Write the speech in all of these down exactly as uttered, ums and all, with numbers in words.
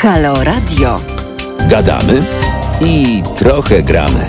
Halo Radio. Gadamy i trochę gramy.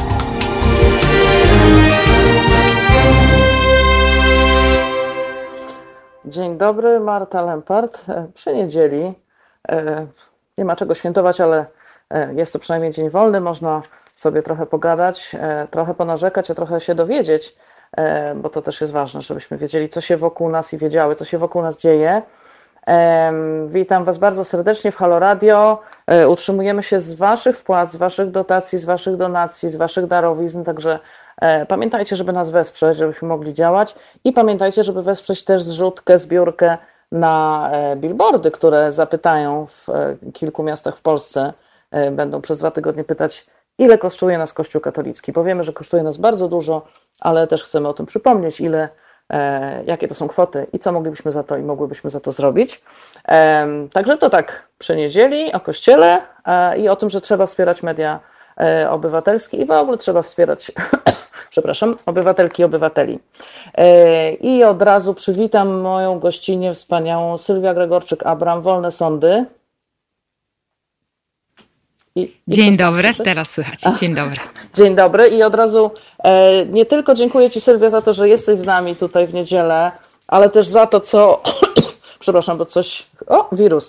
Dzień dobry, Marta Lempart. Przy niedzieli nie ma czego świętować, ale jest to przynajmniej dzień wolny. Można sobie trochę pogadać, trochę ponarzekać, a trochę się dowiedzieć, bo to też jest ważne, żebyśmy wiedzieli, co się wokół nas i wiedziały, co się wokół nas dzieje. Witam Was bardzo serdecznie w Halo Radio. Utrzymujemy się z Waszych wpłat, z Waszych dotacji, z Waszych donacji, z Waszych darowizn, także pamiętajcie, żeby nas wesprzeć, żebyśmy mogli działać i pamiętajcie, żeby wesprzeć też zrzutkę, zbiórkę na billboardy, które zapytają w kilku miastach w Polsce. Będą przez dwa tygodnie pytać, ile kosztuje nas Kościół katolicki. Powiemy, że kosztuje nas bardzo dużo, ale też chcemy o tym przypomnieć, ile, e, jakie to są kwoty i co moglibyśmy za to i mogłybyśmy za to zrobić. E, także to tak przy niedzieli o Kościele e, i o tym, że trzeba wspierać media e, obywatelskie i w ogóle trzeba wspierać przepraszam, obywatelki i obywateli. E, I od razu przywitam moją gościnię wspaniałą Sylwia Gregorczyk-Abram, Wolne Sądy. I, i Dzień dobry, teraz słychać. Dzień dobry. Dzień dobry i od razu e, nie tylko dziękuję Ci, Sylwia, za to, że jesteś z nami tutaj w niedzielę, ale też za to, co... Przepraszam, bo coś... O, wirus.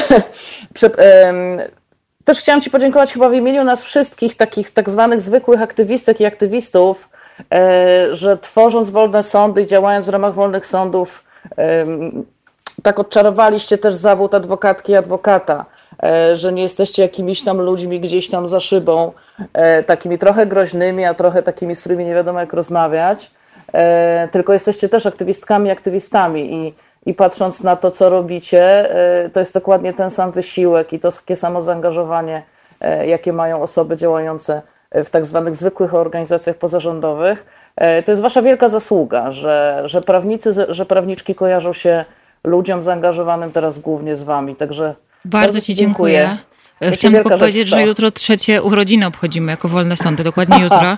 Prze, e, też chciałam Ci podziękować chyba w imieniu nas wszystkich, takich tak zwanych zwykłych aktywistek i aktywistów, e, że tworząc Wolne Sądy i działając w ramach Wolnych Sądów, e, tak odczarowaliście też zawód adwokatki i adwokata, że nie jesteście jakimiś tam ludźmi gdzieś tam za szybą, takimi trochę groźnymi, a trochę takimi, z którymi nie wiadomo jak rozmawiać, tylko jesteście też aktywistkami, aktywistami i, i patrząc na to, co robicie, to jest dokładnie ten sam wysiłek i to takie samo zaangażowanie, jakie mają osoby działające w tak zwanych zwykłych organizacjach pozarządowych. To jest wasza wielka zasługa, że, że prawnicy, że prawniczki kojarzą się ludziom zaangażowanym teraz głównie z wami, także Bardzo, bardzo Ci dziękuję. dziękuję. Chciałam tylko powiedzieć, że jutro trzecie urodziny obchodzimy jako Wolne Sądy, dokładnie jutro.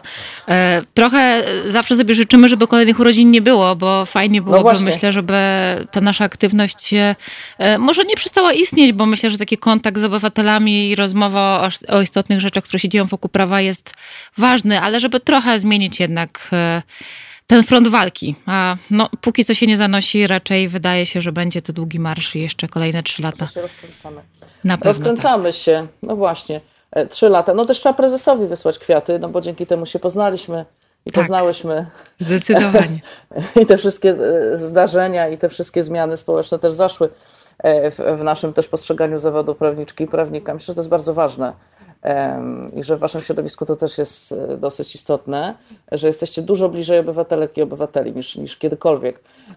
Trochę zawsze sobie życzymy, żeby kolejnych urodzin nie było, bo fajnie byłoby, no myślę, żeby ta nasza aktywność może nie przestała istnieć, bo myślę, że taki kontakt z obywatelami i rozmowa o, o istotnych rzeczach, które się dzieją wokół prawa jest ważny, ale żeby trochę zmienić jednak ten front walki. A no, póki co się nie zanosi, raczej wydaje się, że będzie to długi marsz i jeszcze kolejne trzy lata. To się rozkręcamy. Na pewno rozkręcamy tak. się, no właśnie, e, trzy lata. No też trzeba prezesowi wysłać kwiaty, no bo dzięki temu się poznaliśmy i tak, poznałyśmy. Zdecydowanie. I te wszystkie zdarzenia i te wszystkie zmiany społeczne też zaszły w, w naszym też postrzeganiu zawodu prawniczki i prawnika. Myślę, że to jest bardzo ważne. I że w waszym środowisku to też jest dosyć istotne, że jesteście dużo bliżej obywatelek i obywateli niż, niż kiedykolwiek.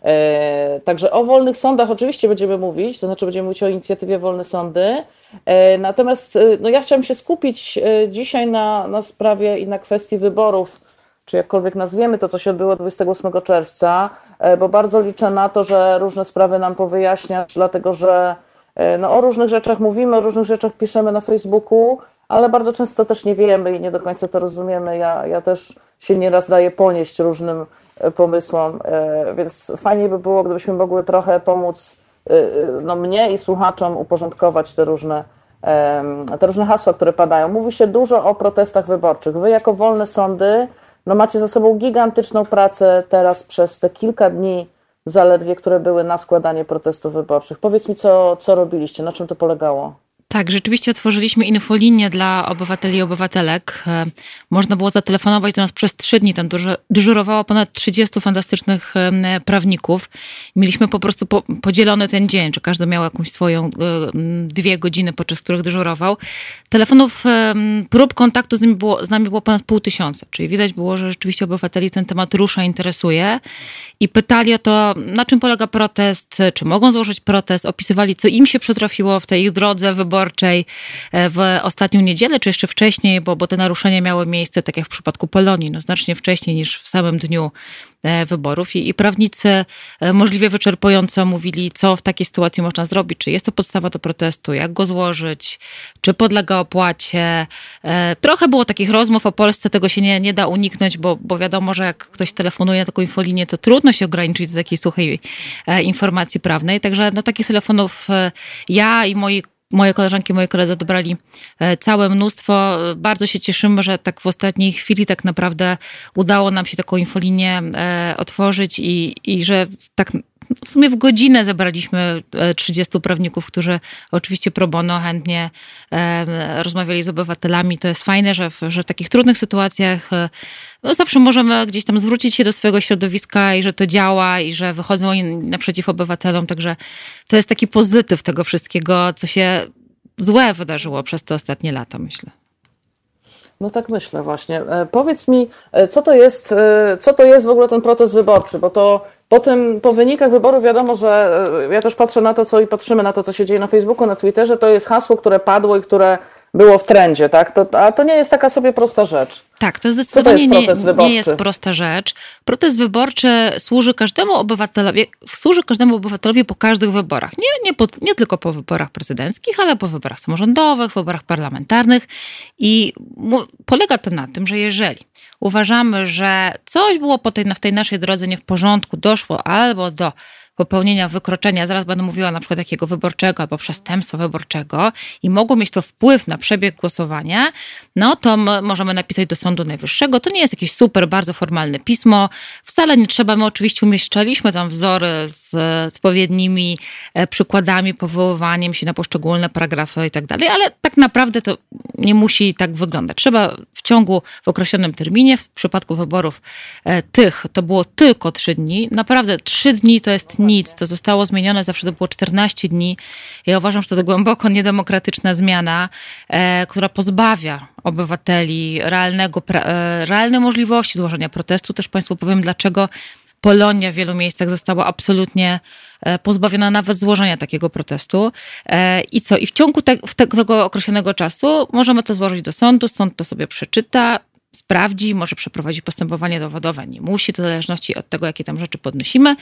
Także o wolnych sądach oczywiście będziemy mówić, to znaczy będziemy mówić o inicjatywie Wolne Sądy, natomiast no ja chciałam się skupić dzisiaj na, na sprawie i na kwestii wyborów, czy jakkolwiek nazwiemy to, co się odbyło dwudziestego ósmego czerwca, bo bardzo liczę na to, że różne sprawy nam powyjaśniasz, dlatego że no, o różnych rzeczach mówimy, o różnych rzeczach piszemy na Facebooku, ale bardzo często też nie wiemy i nie do końca to rozumiemy. Ja, ja też się nieraz daję ponieść różnym pomysłom, więc fajnie by było, gdybyśmy mogły trochę pomóc no, mnie i słuchaczom uporządkować te różne, te różne hasła, które padają. Mówi się dużo o protestach wyborczych. Wy jako Wolne Sądy no, macie za sobą gigantyczną pracę teraz przez te kilka dni zaledwie, które były na składanie protestów wyborczych. Powiedz mi, co, co robiliście, na czym to polegało? Tak, rzeczywiście otworzyliśmy infolinię dla obywateli i obywatelek. Można było zatelefonować do nas przez trzy dni. Tam dyżurowało ponad trzydziestu fantastycznych prawników. Mieliśmy po prostu podzielony ten dzień, że każdy miał jakąś swoją dwie godziny, podczas których dyżurował. Telefonów, prób kontaktu z nami było, z nami było ponad pół tysiąca. Czyli widać było, że rzeczywiście obywateli ten temat rusza, interesuje. I pytali o to, na czym polega protest, czy mogą złożyć protest. Opisywali, co im się przytrafiło w tej ich drodze wyborczej w ostatnią niedzielę, czy jeszcze wcześniej, bo, bo te naruszenia miały miejsce, tak jak w przypadku Polonii, no znacznie wcześniej niż w samym dniu wyborów. I, i prawnicy możliwie wyczerpująco mówili, co w takiej sytuacji można zrobić, czy jest to podstawa do protestu, jak go złożyć, czy podlega opłacie. Trochę było takich rozmów o Polsce, tego się nie, nie da uniknąć, bo, bo wiadomo, że jak ktoś telefonuje na taką infolinię, to trudno się ograniczyć do takiej suchej informacji prawnej. Także no, takich telefonów ja i moi moje koleżanki, moi koledzy dobrali całe mnóstwo. Bardzo się cieszymy, że tak w ostatniej chwili tak naprawdę udało nam się taką infolinię otworzyć i, i że tak w sumie w godzinę zebraliśmy trzydziestu prawników, którzy oczywiście pro bono chętnie rozmawiali z obywatelami. To jest fajne, że w, że w takich trudnych sytuacjach no zawsze możemy gdzieś tam zwrócić się do swojego środowiska i że to działa i że wychodzą oni naprzeciw obywatelom. Także to jest taki pozytyw tego wszystkiego, co się złe wydarzyło przez te ostatnie lata, myślę. No tak myślę właśnie. Powiedz mi, co to jest, co to jest w ogóle ten proces wyborczy, bo to po tym, po wynikach wyborów wiadomo, że ja też patrzę na to, co i patrzymy na to, co się dzieje na Facebooku, na Twitterze, to jest hasło, które padło i które było w trendzie, tak? To, a to nie jest taka sobie prosta rzecz. Tak, to zdecydowanie to jest nie, nie jest prosta rzecz. Protest wyborczy służy każdemu obywatelowi, służy każdemu obywatelowi po każdych wyborach. Nie, nie, po, nie tylko po wyborach prezydenckich, ale po wyborach samorządowych, wyborach parlamentarnych. I mu, polega to na tym, że jeżeli uważamy, że coś było po tej, w tej naszej drodze nie w porządku, doszło albo do popełnienia wykroczenia, zaraz będę mówiła na przykład takiego wyborczego albo przestępstwa wyborczego i mogło mieć to wpływ na przebieg głosowania, no to możemy napisać do Sądu Najwyższego. To nie jest jakieś super, bardzo formalne pismo. Wcale nie trzeba, my oczywiście umieszczaliśmy tam wzory z odpowiednimi przykładami, powoływaniem się na poszczególne paragrafy i tak dalej, ale tak naprawdę to nie musi tak wyglądać. Trzeba w ciągu, w określonym terminie, w przypadku wyborów tych, to było tylko trzy dni. Naprawdę trzy dni to jest nic. To zostało zmienione, zawsze to było czternaście dni. Ja uważam, że to jest głęboko niedemokratyczna zmiana, e, która pozbawia obywateli realnego, e, realnej możliwości złożenia protestu. Też Państwu powiem, dlaczego Polonia w wielu miejscach została absolutnie pozbawiona nawet złożenia takiego protestu. I co? I w ciągu te, w te, tego określonego czasu możemy to złożyć do sądu, sąd to sobie przeczyta, sprawdzi, może przeprowadzi postępowanie dowodowe, nie musi, to w zależności od tego, jakie tam rzeczy podnosimy.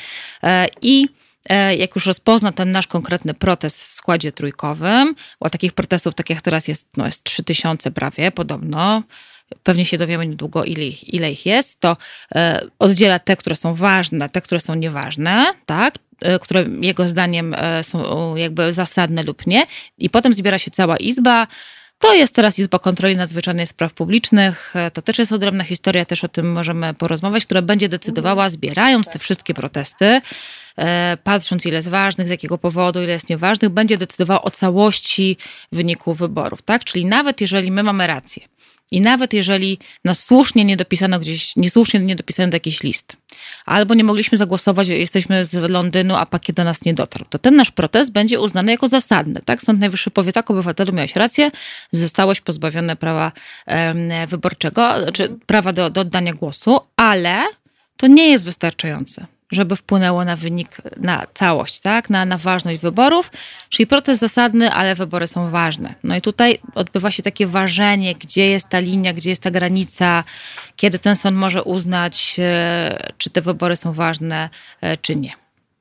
I jak już rozpozna ten nasz konkretny protest w składzie trójkowym, bo takich protestów, tak jak teraz jest, no jest trzy tysiące prawie, podobno, pewnie się dowiemy niedługo, ile ich, ile ich jest, to oddziela te, które są ważne, te, które są nieważne, tak, które jego zdaniem są jakby zasadne lub nie. I potem zbiera się cała izba. To jest teraz Izba Kontroli Nadzwyczajnej Spraw Publicznych. To też jest odrębna historia, też o tym możemy porozmawiać, która będzie decydowała, zbierając te wszystkie protesty, patrząc ile jest ważnych, z jakiego powodu, ile jest nieważnych, będzie decydowała o całości wyniku wyborów, tak? Czyli nawet jeżeli my mamy rację i nawet jeżeli nas słusznie nie dopisano gdzieś, niesłusznie nie dopisano do jakiś list, albo nie mogliśmy zagłosować, jesteśmy z Londynu, a pakiet do nas nie dotarł, to ten nasz protest będzie uznany jako zasadny. Tak? Sąd Najwyższy powie, tak, obywatelu, miałeś rację, zostałeś pozbawiony prawa e, wyborczego, czy prawa do, do oddania głosu, ale to nie jest wystarczające, żeby wpłynęło na wynik, na całość, tak? na, na ważność wyborów. Czyli protest zasadny, ale wybory są ważne. No i tutaj odbywa się takie ważenie, gdzie jest ta linia, gdzie jest ta granica, kiedy ten sąd może uznać, czy te wybory są ważne, czy nie.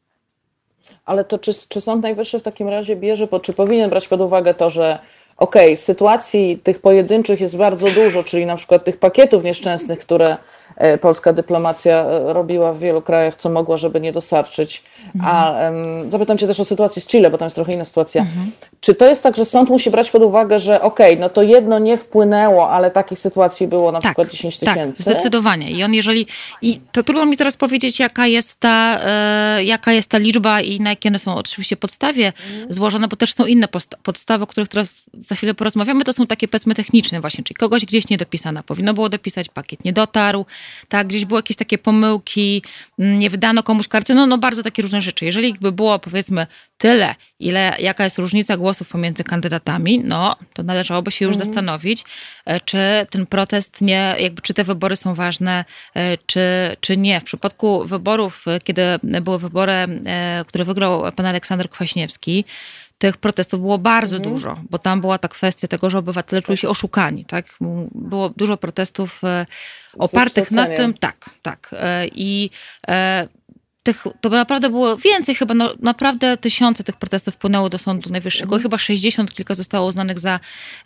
Ale to czy, czy Sąd Najwyższy w takim razie bierze, czy powinien brać pod uwagę to, że okej, okay, sytuacji tych pojedynczych jest bardzo dużo, czyli na przykład tych pakietów nieszczęsnych, które polska dyplomacja robiła w wielu krajach, co mogła, żeby nie dostarczyć. Mhm. A um, zapytam Cię też o sytuację z Chile, bo tam jest trochę inna sytuacja. Mhm. Czy to jest tak, że sąd musi brać pod uwagę, że okej, okay, no to jedno nie wpłynęło, ale takich sytuacji było na tak, przykład dziesięć tysięcy? Tak, zdecydowanie. I on jeżeli, i to trudno mi teraz powiedzieć, jaka jest ta, e, jaka jest ta liczba i na jakie one są oczywiście podstawie mhm. złożone, bo też są inne posta- podstawy, o których teraz za chwilę porozmawiamy, to są takie powiedzmy techniczne właśnie, czyli kogoś gdzieś nie dopisano, powinno było dopisać, pakiet nie dotarł, tak, gdzieś były jakieś takie pomyłki, nie wydano komuś karty, no, no bardzo takie różne rzeczy. Jeżeli by było powiedzmy tyle, ile, jaka jest różnica głosów pomiędzy kandydatami, no to należałoby się już mhm. zastanowić, czy ten protest nie, jakby czy te wybory są ważne, czy, czy nie. W przypadku wyborów, kiedy były wybory, które wygrał pan Aleksander Kwaśniewski, tych protestów było bardzo mhm. dużo, bo tam była ta kwestia tego, że obywatele czuli się oszukani, tak? Było dużo protestów opartych na tym, tak, tak. I tych, to naprawdę było więcej, chyba no, naprawdę tysiące tych protestów wpłynęło do Sądu Najwyższego. Mhm. Chyba sześćdziesiąt kilka zostało uznanych za,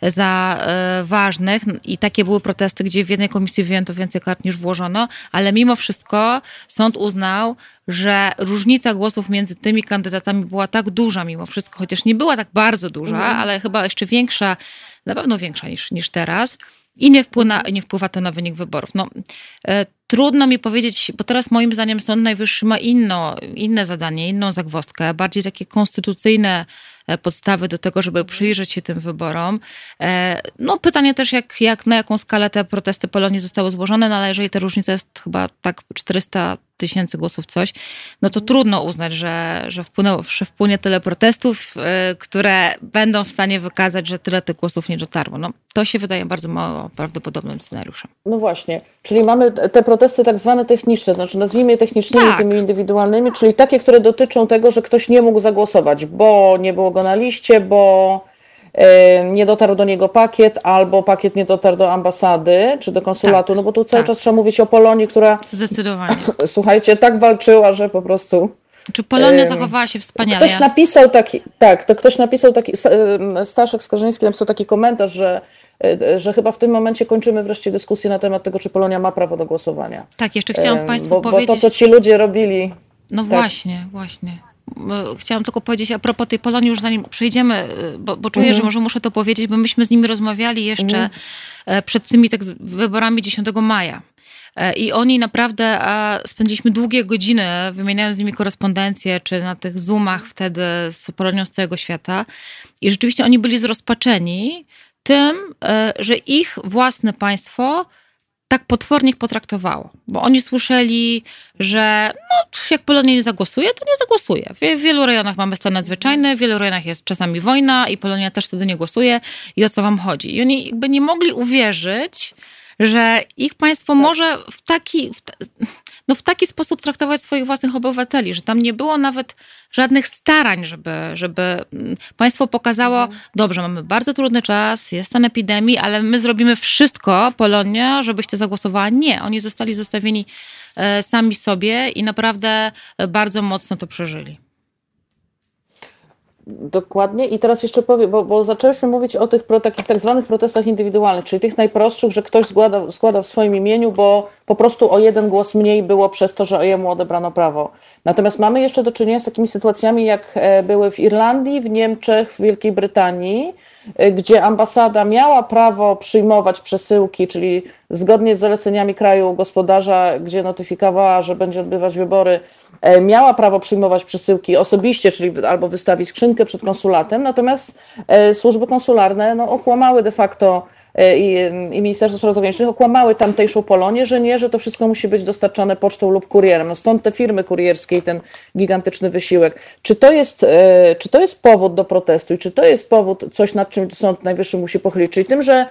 za e, ważnych i takie były protesty, gdzie w jednej komisji wyjęto więcej kart niż włożono, ale mimo wszystko sąd uznał, że różnica głosów między tymi kandydatami była tak duża mimo wszystko, chociaż nie była tak bardzo duża, mhm. ale chyba jeszcze większa, na pewno większa niż, niż teraz. I nie wpływa, nie wpływa to na wynik wyborów. No, e, trudno mi powiedzieć, bo teraz moim zdaniem Sąd Najwyższy ma inno, inne zadanie, inną zagwozdkę, bardziej takie konstytucyjne podstawy do tego, żeby przyjrzeć się tym wyborom. E, no pytanie też, jak, jak, na jaką skalę te protesty Polonii zostały złożone, no ale jeżeli ta różnica jest chyba tak czterysta tysięcy głosów coś, no to trudno uznać, że, że, wpłynęło, że wpłynie tyle protestów, y, które będą w stanie wykazać, że tyle tych głosów nie dotarło. No, to się wydaje bardzo mało prawdopodobnym scenariuszem. No właśnie, czyli mamy te protesty tak zwane techniczne, znaczy nazwijmy je technicznymi, tak. tymi indywidualnymi, czyli takie, które dotyczą tego, że ktoś nie mógł zagłosować, bo nie było go na liście, bo nie dotarł do niego pakiet, albo pakiet nie dotarł do ambasady, czy do konsulatu, tak, no bo tu cały tak. czas trzeba mówić o Polonii, która zdecydowanie, słuchajcie, tak walczyła, że po prostu... Czy Polonia um, zachowała się wspaniale? Ktoś napisał taki, tak, to ktoś napisał taki, Staszek Skarżyński napisał taki komentarz, że, że chyba w tym momencie kończymy wreszcie dyskusję na temat tego, czy Polonia ma prawo do głosowania. Tak, jeszcze chciałam um, Państwu bo, powiedzieć... Bo to, co ci ludzie robili... No tak. właśnie, właśnie. Chciałam tylko powiedzieć a propos tej Polonii, już zanim przejdziemy, bo, bo czuję, mhm. że może muszę to powiedzieć, bo myśmy z nimi rozmawiali jeszcze mhm. przed tymi tak wyborami dziesiątego maja. I oni naprawdę, a spędziliśmy długie godziny wymieniając z nimi korespondencję, czy na tych Zoomach wtedy z Polonią z całego świata. I rzeczywiście oni byli zrozpaczeni tym, że ich własne państwo tak potwornie ich potraktowało. Bo oni słyszeli, że no, jak Polonia nie zagłosuje, to nie zagłosuje. W wielu rejonach mamy stan nadzwyczajny, w wielu rejonach jest czasami wojna i Polonia też wtedy nie głosuje. I o co wam chodzi? I oni jakby nie mogli uwierzyć, że ich państwo może w taki, w, no w taki sposób traktować swoich własnych obywateli, że tam nie było nawet żadnych starań, żeby, żeby państwo pokazało, mhm. dobrze, mamy bardzo trudny czas, jest stan epidemii, ale my zrobimy wszystko, Polonia, żebyście zagłosowała. Nie, oni zostali zostawieni sami sobie i naprawdę bardzo mocno to przeżyli. Dokładnie. I teraz jeszcze powiem, bo, bo zaczęliśmy mówić o tych pro, takich tak zwanych protestach indywidualnych, czyli tych najprostszych, że ktoś składa, składa w swoim imieniu, bo po prostu o jeden głos mniej było przez to, że jemu odebrano prawo. Natomiast mamy jeszcze do czynienia z takimi sytuacjami, jak były w Irlandii, w Niemczech, w Wielkiej Brytanii, gdzie ambasada miała prawo przyjmować przesyłki, czyli zgodnie z zaleceniami kraju gospodarza, gdzie notyfikowała, że będzie odbywać wybory, miała prawo przyjmować przesyłki osobiście, czyli albo wystawić skrzynkę przed konsulatem, natomiast służby konsularne no, okłamały de facto i, i Ministerstwo Spraw Zagranicznych okłamały tamtejszą Polonię, że nie, że to wszystko musi być dostarczane pocztą lub kurierem. No stąd te firmy kurierskie i ten gigantyczny wysiłek. Czy to jest, czy to jest powód do protestu i czy to jest powód, coś nad czym Sąd Najwyższy musi pochylić, czyli tym, że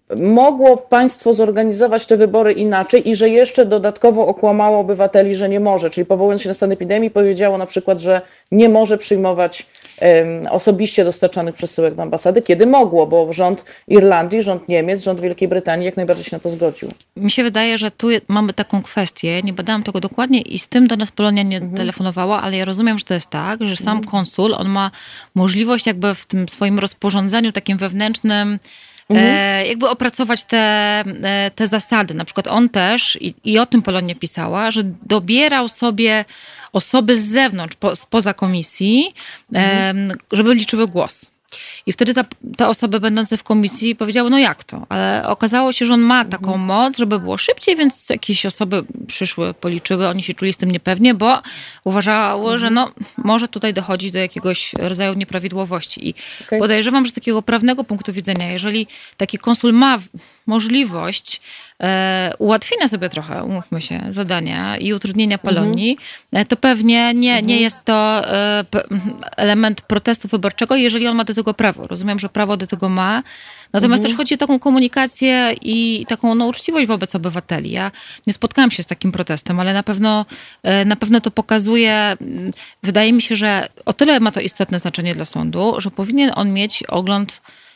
mogło państwo zorganizować te wybory inaczej i że jeszcze dodatkowo okłamało obywateli, że nie może, czyli powołując się na stan epidemii powiedziało na przykład, że nie może przyjmować um, osobiście dostarczanych przesyłek do ambasady, kiedy mogło, bo rząd Irlandii, rząd Niemiec, rząd Wielkiej Brytanii jak najbardziej się na to zgodził. Mi się wydaje, że tu mamy taką kwestię, nie badałam tego dokładnie i z tym do nas Polonia nie mhm. telefonowała, ale ja rozumiem, że to jest tak, że sam mhm. konsul, on ma możliwość jakby w tym swoim rozporządzeniu takim wewnętrznym Mhm. jakby opracować te, te zasady. Na przykład on też, i, i o tym Polonia pisała, że dobierał sobie osoby z zewnątrz, po, spoza komisji, mhm. żeby liczyły głos. I wtedy ta, te osoby będące w komisji powiedziały, no jak to? Ale okazało się, że on ma taką mhm. moc, żeby było szybciej, więc jakieś osoby przyszły, policzyły, oni się czuli z tym niepewnie, bo uważało, mhm. że no, może tutaj dochodzić do jakiegoś rodzaju nieprawidłowości. I okay. podejrzewam, że z takiego prawnego punktu widzenia, jeżeli taki konsul ma możliwość e, ułatwienia sobie trochę, umówmy się, zadania i utrudnienia Polonii, mhm. to pewnie nie, mhm. nie jest to e, p- element protestu wyborczego, jeżeli on ma do tego prawo. Rozumiem, że prawo do tego ma. Natomiast mhm. też chodzi o taką komunikację i taką no, uczciwość wobec obywateli. Ja nie spotkałam się z takim protestem, ale na pewno, na pewno to pokazuje, wydaje mi się, że o tyle ma to istotne znaczenie dla sądu, że powinien on mieć ogląd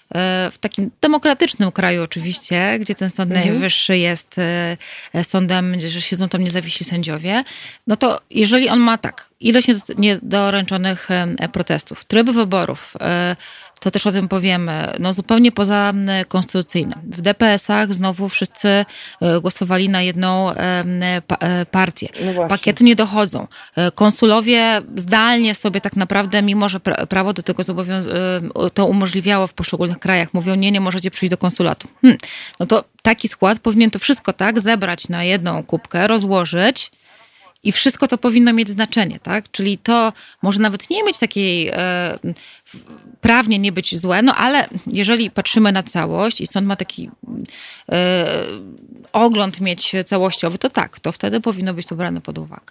w takim demokratycznym kraju oczywiście, gdzie ten Sąd mhm. Najwyższy jest sądem, że siedzą tam niezawiśli sędziowie, no to jeżeli on ma tak, ileś niedoręczonych protestów, tryb wyborów, to też o tym powiemy, no zupełnie poza konstytucyjne. W D P S-ach znowu wszyscy głosowali na jedną partię. No pakiety nie dochodzą. Konsulowie zdalnie sobie tak naprawdę, mimo że prawo do tego zobowiąz- to umożliwiało w poszczególnych krajach, mówią, nie, nie możecie przyjść do konsulatu. Hmm. No to taki skład powinien to wszystko tak zebrać na jedną kubkę, rozłożyć, i wszystko to powinno mieć znaczenie, tak? Czyli to może nawet nie mieć takiej, e, prawnie nie być złe, no ale jeżeli patrzymy na całość i sąd ma taki e, ogląd mieć całościowy, to tak, to wtedy powinno być to brane pod uwagę.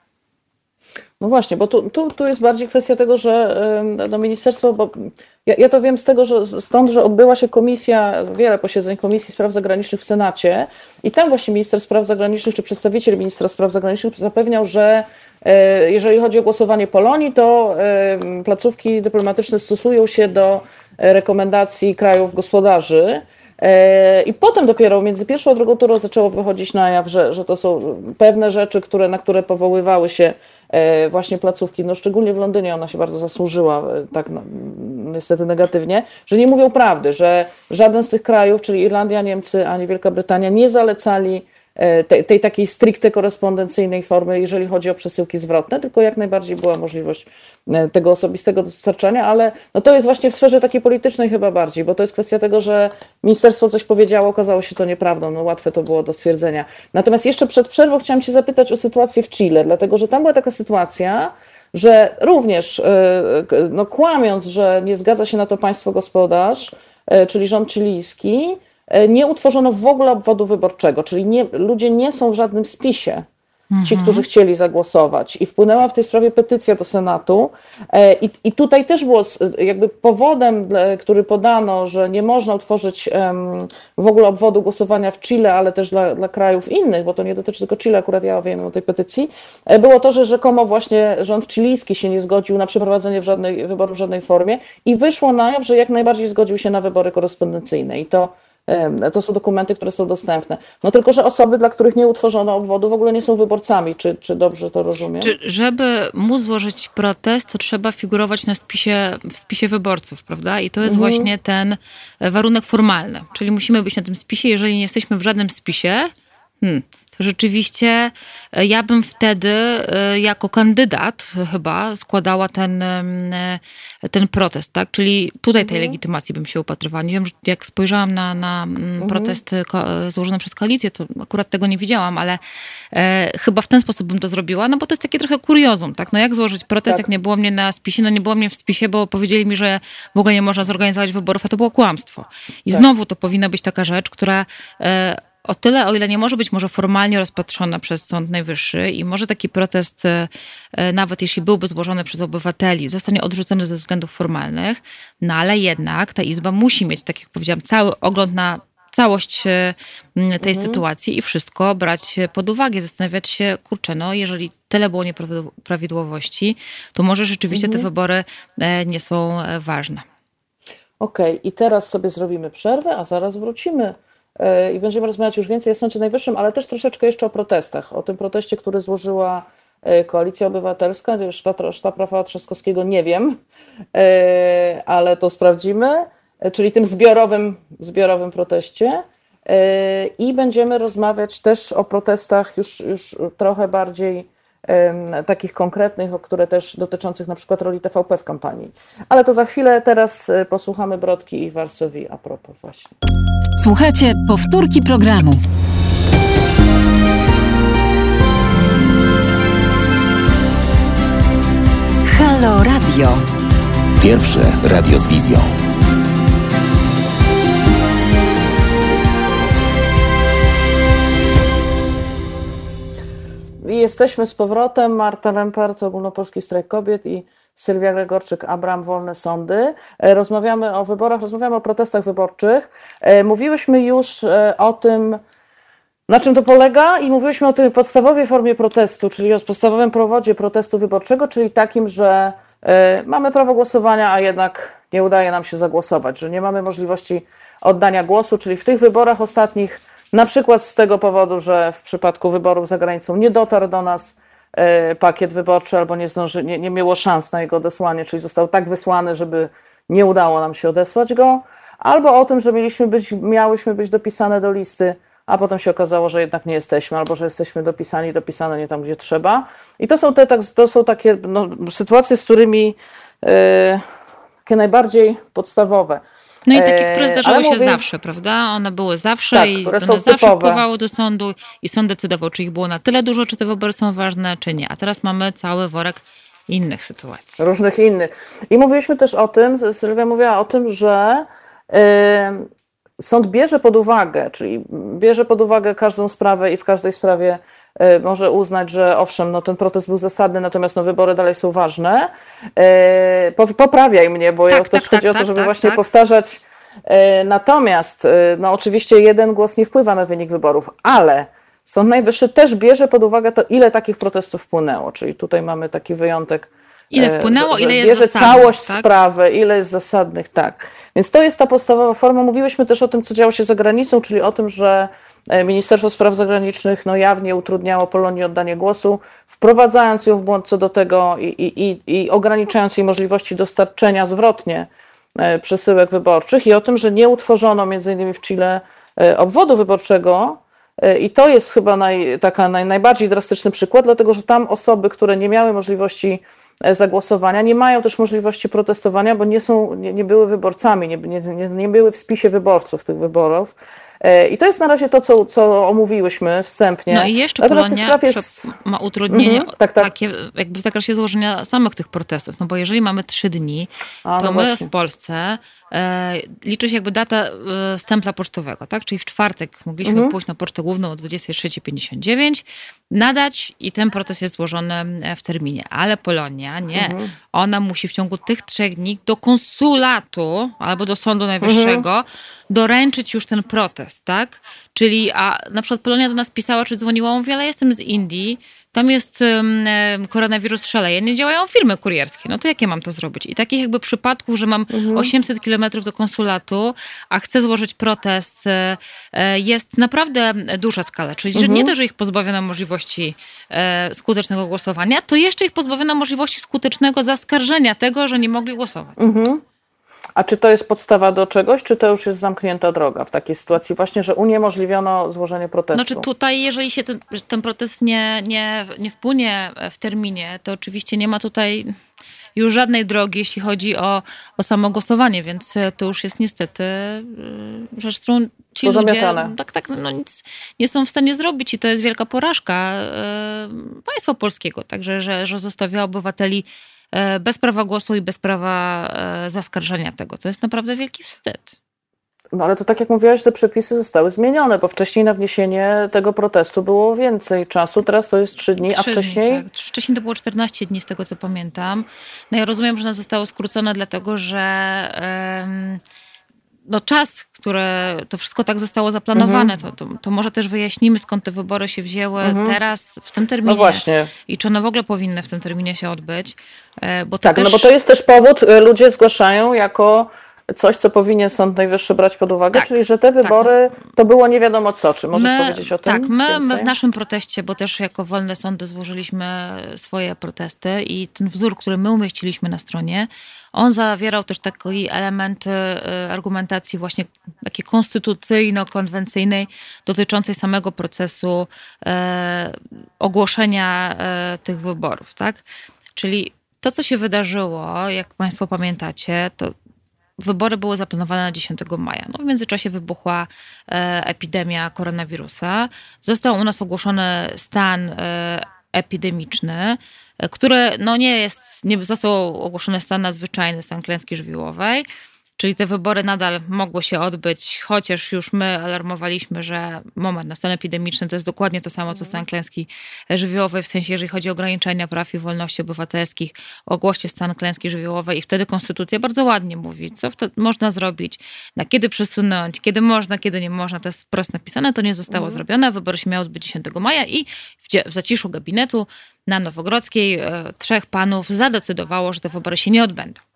No właśnie, bo tu, tu, tu jest bardziej kwestia tego, że no, ministerstwo, bo ja, ja to wiem z tego, że stąd, że odbyła się komisja, wiele posiedzeń Komisji Spraw Zagranicznych w Senacie i tam właśnie minister spraw zagranicznych, czy przedstawiciel ministra spraw zagranicznych zapewniał, że jeżeli chodzi o głosowanie Polonii, to placówki dyplomatyczne stosują się do rekomendacji krajów gospodarzy. I potem dopiero między pierwszą a drugą turą zaczęło wychodzić na jaw, że, że to są pewne rzeczy, które, na które powoływały się właśnie placówki, no szczególnie w Londynie ona się bardzo zasłużyła, tak no, niestety negatywnie, że nie mówią prawdy, że żaden z tych krajów, czyli Irlandia, Niemcy, ani Wielka Brytania nie zalecali tej, tej takiej stricte korespondencyjnej formy, jeżeli chodzi o przesyłki zwrotne, tylko jak najbardziej była możliwość tego osobistego dostarczania, ale no to jest właśnie w sferze takiej politycznej chyba bardziej, bo to jest kwestia tego, że ministerstwo coś powiedziało, okazało się to nieprawdą, no łatwe to było do stwierdzenia. Natomiast jeszcze przed przerwą chciałam Cię zapytać o sytuację w Chile, dlatego że tam była taka sytuacja, że również no, kłamiąc, że nie zgadza się na to państwo gospodarz, czyli rząd chilijski, nie utworzono w ogóle obwodu wyborczego, czyli nie, ludzie nie są w żadnym spisie, ci, którzy chcieli zagłosować. I wpłynęła w tej sprawie petycja do Senatu i, i tutaj też było jakby powodem, który podano, że nie można utworzyć w ogóle obwodu głosowania w Chile, ale też dla, dla krajów innych, bo to nie dotyczy tylko Chile, akurat ja wiem o tej petycji, było to, że rzekomo właśnie rząd chilijski się nie zgodził na przeprowadzenie w żadnej, wyborów w żadnej formie i wyszło na jaw, że jak najbardziej zgodził się na wybory korespondencyjne i to To są dokumenty, które są dostępne. No tylko, że osoby, dla których nie utworzono obwodu, w ogóle nie są wyborcami. Czy, czy dobrze to rozumiem? Czy, żeby móc złożyć protest, to trzeba figurować na spisie, w spisie wyborców, prawda? I to jest mhm. właśnie ten warunek formalny. Czyli musimy być na tym spisie. Jeżeli nie jesteśmy w żadnym spisie, hmm, to rzeczywiście ja bym wtedy jako kandydat chyba składała ten, ten protest, tak? Czyli tutaj tej mhm. legitymacji bym się upatrywała. Nie wiem, jak spojrzałam na, na mhm. protest złożony przez koalicję, to akurat tego nie widziałam, ale e, chyba w ten sposób bym to zrobiła, no bo to jest takie trochę kuriozum, tak? No jak złożyć protest, tak. jak nie było mnie na spisie? No nie było mnie w spisie, bo powiedzieli mi, że w ogóle nie można zorganizować wyborów, a to było kłamstwo. I tak. znowu to powinna być taka rzecz, która e, o tyle, o ile nie może być może formalnie rozpatrzona przez Sąd Najwyższy i może taki protest, nawet jeśli byłby złożony przez obywateli, zostanie odrzucony ze względów formalnych, no ale jednak ta Izba musi mieć, tak jak powiedziałam, cały ogląd na całość tej mhm. sytuacji i wszystko brać pod uwagę, zastanawiać się, kurczę, no jeżeli tyle było nieprawidłowości, to może rzeczywiście mhm. te wybory nie są ważne. Okej, okay. I teraz sobie zrobimy przerwę, a zaraz wrócimy i będziemy rozmawiać już więcej o Sądzie Najwyższym, ale też troszeczkę jeszcze o protestach. O tym proteście, który złożyła Koalicja Obywatelska, sztab Rafała Trzaskowskiego nie wiem, ale to sprawdzimy, czyli tym zbiorowym, zbiorowym proteście. I będziemy rozmawiać też o protestach już, już trochę bardziej takich konkretnych, o które też dotyczących na przykład roli T V P w kampanii. Ale to za chwilę, teraz posłuchamy Brodki i Varsovie a propos właśnie. Słuchajcie powtórki programu. Halo Radio. Pierwsze radio z wizją. I jesteśmy z powrotem. Marta Lempart, Ogólnopolski Strajk Kobiet i Sylwia Gregorczyk, Abram, Wolne Sądy. Rozmawiamy o wyborach, rozmawiamy o protestach wyborczych. Mówiłyśmy już o tym, na czym to polega i mówiłyśmy o tej podstawowej formie protestu, czyli o podstawowym prowodzie protestu wyborczego, czyli takim, że mamy prawo głosowania, a jednak nie udaje nam się zagłosować, że nie mamy możliwości oddania głosu, czyli w tych wyborach ostatnich, na przykład z tego powodu, że w przypadku wyborów za granicą nie dotarł do nas pakiet wyborczy albo nie, zdąży, nie, nie miało szans na jego odesłanie, czyli został tak wysłany, żeby nie udało nam się odesłać go, albo o tym, że mieliśmy być, miałyśmy być dopisane do listy, a potem się okazało, że jednak nie jesteśmy, albo że jesteśmy dopisani, dopisane nie tam, gdzie trzeba. I to są, te, to są takie no, sytuacje, z którymi yy, takie najbardziej podstawowe. No i takie, które zdarzały się mówię, zawsze, prawda? One były zawsze tak, i one zawsze typowe. wpływały do sądu i sąd decydował, czy ich było na tyle dużo, czy te wybory są ważne, czy nie. A teraz mamy cały worek innych sytuacji. Różnych innych. I mówiliśmy też o tym, Sylwia mówiła o tym, że yy, sąd bierze pod uwagę, czyli bierze pod uwagę każdą sprawę i w każdej sprawie yy, może uznać, że owszem, no ten protest był zasadny, natomiast no, wybory dalej są ważne. Yy, poprawiaj mnie, bo tak, ja też tak, chodzi tak, o to, żeby tak, właśnie tak. powtarzać. Yy, natomiast yy, no oczywiście jeden głos nie wpływa na wynik wyborów, ale Sąd Najwyższy też bierze pod uwagę to, ile takich protestów wpłynęło, czyli tutaj mamy taki wyjątek. Ile wpłynęło, że, ile że jest bierze zasadnych, całość tak? sprawy, ile jest zasadnych, tak. Więc to jest ta podstawowa forma. Mówiłyśmy też o tym, co działo się za granicą, czyli o tym, że Ministerstwo Spraw Zagranicznych no, jawnie utrudniało Polonii oddanie głosu, wprowadzając ją w błąd co do tego i, i, i, i ograniczając jej możliwości dostarczenia zwrotnie przesyłek wyborczych i o tym, że nie utworzono między innymi w Chile obwodu wyborczego. I to jest chyba naj, taka naj, najbardziej drastyczny przykład, dlatego że tam osoby, które nie miały możliwości zagłosowania, nie mają też możliwości protestowania, bo nie, są, nie, nie były wyborcami, nie, nie, nie były w spisie wyborców tych wyborów. I to jest na razie to, co, co omówiłyśmy wstępnie. No i jeszcze Natomiast Polonia jest... ma utrudnienie mhm, tak, tak. takie jakby w zakresie złożenia samych tych protestów, no bo jeżeli mamy trzy dni, A, to no my właśnie. w Polsce e, liczy się jakby data e, stempla pocztowego, tak? Czyli w czwartek mogliśmy mhm. pójść na pocztę główną o dwudziestej trzeciej pięćdziesiąt dziewięć, nadać i ten protest jest złożony w terminie. Ale Polonia nie. Mhm. Ona musi w ciągu tych trzech dni do konsulatu albo do Sądu Najwyższego mhm. doręczyć już ten protest, tak? Czyli, a na przykład Polonia do nas pisała, czy dzwoniła, mówi, ale jestem z Indii, tam jest um, koronawirus szaleje, nie działają firmy kurierskie, no to jakie mam to zrobić? I takich jakby przypadków, że mam mhm. osiemset kilometrów do konsulatu, a chcę złożyć protest, e, jest naprawdę duża skala, czyli mhm. że nie to, że ich pozbawiono możliwości e, skutecznego głosowania, to jeszcze ich pozbawiono możliwości skutecznego zaskarżenia tego, że nie mogli głosować. Mhm. A czy to jest podstawa do czegoś, czy to już jest zamknięta droga w takiej sytuacji właśnie, że uniemożliwiono złożenie protestu? Znaczy tutaj, jeżeli się ten, ten protest nie, nie, nie wpłynie w terminie, to oczywiście nie ma tutaj już żadnej drogi, jeśli chodzi o, o samo głosowanie, więc to już jest niestety rzecz, którą ci ludzie tak, tak, no nic nie są w stanie zrobić i to jest wielka porażka państwa polskiego, także że, że zostawia obywateli bez prawa głosu i bez prawa zaskarżenia tego, co jest naprawdę wielki wstyd. No ale to tak jak mówiłaś, te przepisy zostały zmienione, bo wcześniej na wniesienie tego protestu było więcej czasu, teraz to jest trzy dni, trzy a wcześniej? Dni, tak. Wcześniej to było czternaście dni, z tego co pamiętam. No ja rozumiem, że ono zostało skrócone, dlatego że um, no czas, które to wszystko tak zostało zaplanowane, mhm. to, to, to może też wyjaśnimy, skąd te wybory się wzięły mhm. teraz, w tym terminie. No właśnie. I czy one w ogóle powinny w tym terminie się odbyć. Bo to tak, też... no bo to jest też powód, ludzie zgłaszają jako coś, co powinien Sąd Najwyższy brać pod uwagę, tak, czyli że te wybory tak, no. to było nie wiadomo co. Czy możesz my, powiedzieć o tym? Tak, my, my w naszym proteście, bo też jako wolne sądy złożyliśmy swoje protesty i ten wzór, który my umieściliśmy na stronie, on zawierał też taki element argumentacji właśnie takiej konstytucyjno-konwencyjnej dotyczącej samego procesu e, ogłoszenia e, tych wyborów, tak? Czyli to, co się wydarzyło, jak Państwo pamiętacie, to wybory były zaplanowane na dziesiątego maja. No w międzyczasie wybuchła e, epidemia koronawirusa. Został u nas ogłoszony stan e, epidemiczny, e, który no nie jest, nie został ogłoszony stan nadzwyczajny, stan klęski żywiołowej. Czyli te wybory nadal mogły się odbyć, chociaż już my alarmowaliśmy, że moment na stan epidemiczny to jest dokładnie to samo, co stan klęski żywiołowej, w sensie, jeżeli chodzi o ograniczenia praw i wolności obywatelskich, ogłoście stan klęski żywiołowej i wtedy konstytucja bardzo ładnie mówi, co wtedy można zrobić, na kiedy przesunąć, kiedy można, kiedy nie można, to jest wprost napisane, to nie zostało mhm. zrobione, wybory się miały odbyć dziesiątego maja i w zaciszu gabinetu na Nowogrodzkiej trzech panów zadecydowało, że te wybory się nie odbędą.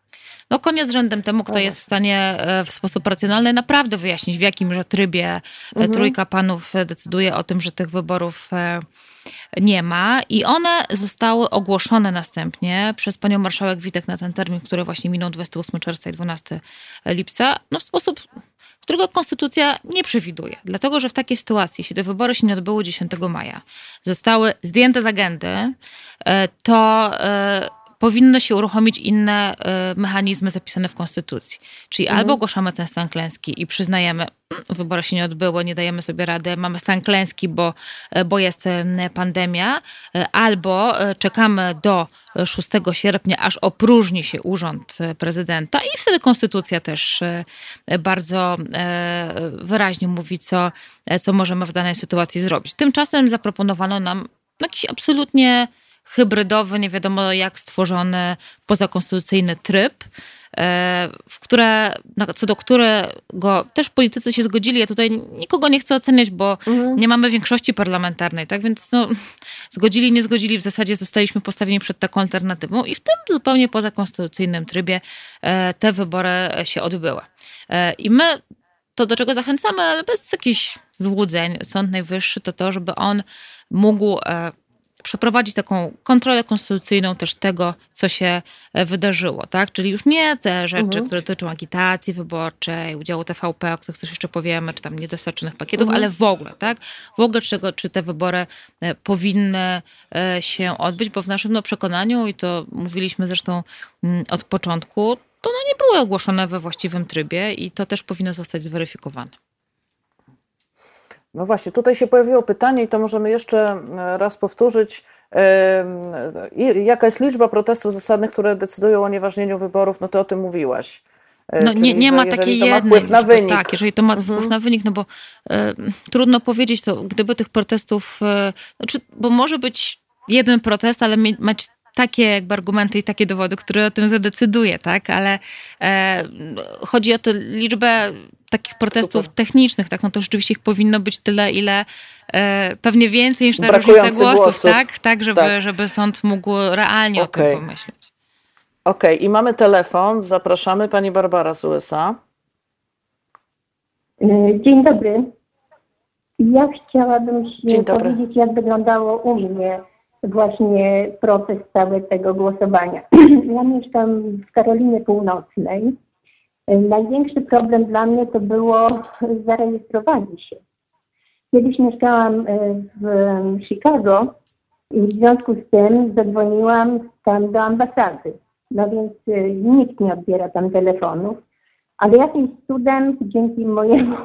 no koniec z rzędem temu, kto jest w stanie w sposób racjonalny naprawdę wyjaśnić, w jakim trybie mhm. trójka panów decyduje o tym, że tych wyborów nie ma. I one zostały ogłoszone następnie przez panią marszałek Witek na ten termin, który właśnie minął dwudziestego ósmego czerwca i dwunastego lipca, no w sposób, którego konstytucja nie przewiduje. Dlatego, że w takiej sytuacji, jeśli te wybory się nie odbyły dziesiątego maja, zostały zdjęte z agendy, to powinno się uruchomić inne mechanizmy zapisane w Konstytucji. Czyli mhm. albo ogłaszamy ten stan klęski i przyznajemy, wybory się nie odbyły, nie dajemy sobie rady, mamy stan klęski, bo, bo jest pandemia, albo czekamy do szóstego sierpnia, aż opróżni się urząd prezydenta i wtedy Konstytucja też bardzo wyraźnie mówi, co, co możemy w danej sytuacji zrobić. Tymczasem zaproponowano nam jakiś absolutnie hybrydowy, nie wiadomo jak stworzony pozakonstytucyjny tryb, w które, co do którego też politycy się zgodzili. Ja tutaj nikogo nie chcę oceniać, bo mhm. nie mamy większości parlamentarnej, tak? Więc no, zgodzili, nie zgodzili, w zasadzie zostaliśmy postawieni przed taką alternatywą i w tym zupełnie pozakonstytucyjnym trybie te wybory się odbyły. I my to, do czego zachęcamy, ale bez jakichś złudzeń, Sąd Najwyższy to to, żeby on mógł przeprowadzić taką kontrolę konstytucyjną też tego, co się wydarzyło, tak? Czyli już nie te rzeczy, mhm. które dotyczą agitacji wyborczej, udziału T V P, o których też jeszcze powiemy, czy tam niedostarczonych pakietów, mhm. ale w ogóle, tak? W ogóle czego, czy te wybory powinny się odbyć, bo w naszym no, przekonaniu, i to mówiliśmy zresztą od początku, to no, nie były ogłoszone we właściwym trybie i to też powinno zostać zweryfikowane. No właśnie, tutaj się pojawiło pytanie i to możemy jeszcze raz powtórzyć. Jaka jest liczba protestów zasadnych, które decydują o nieważnieniu wyborów? No to o tym mówiłaś. No nie, nie ma takiej jednej liczby, na wynik. Tak, jeżeli to ma wpływ mhm. na wynik, no bo e, trudno powiedzieć, to gdyby tych protestów, e, znaczy, bo może być jeden protest, ale mieć takie jakby argumenty i takie dowody, które o tym zadecyduje, tak? Ale e, chodzi o tę liczbę takich protestów Super. technicznych, tak? No to rzeczywiście ich powinno być tyle, ile e, pewnie więcej niż na różnicę głosów, głosów, tak? Tak, żeby, tak. żeby sąd mógł realnie okay. o tym pomyśleć. Okej, okay. I mamy telefon. Zapraszamy. Pani Barbara z U S A. Dzień dobry. Ja chciałabym się powiedzieć, jak wyglądało u mnie właśnie proces cały tego głosowania. Ja mieszkam w Karolinie Północnej. Największy problem dla mnie to było zarejestrowanie się. Kiedyś mieszkałam w Chicago i w związku z tym zadzwoniłam tam do ambasady. No więc nikt nie odbiera tam telefonów, ale jakimś cudem dzięki mojemu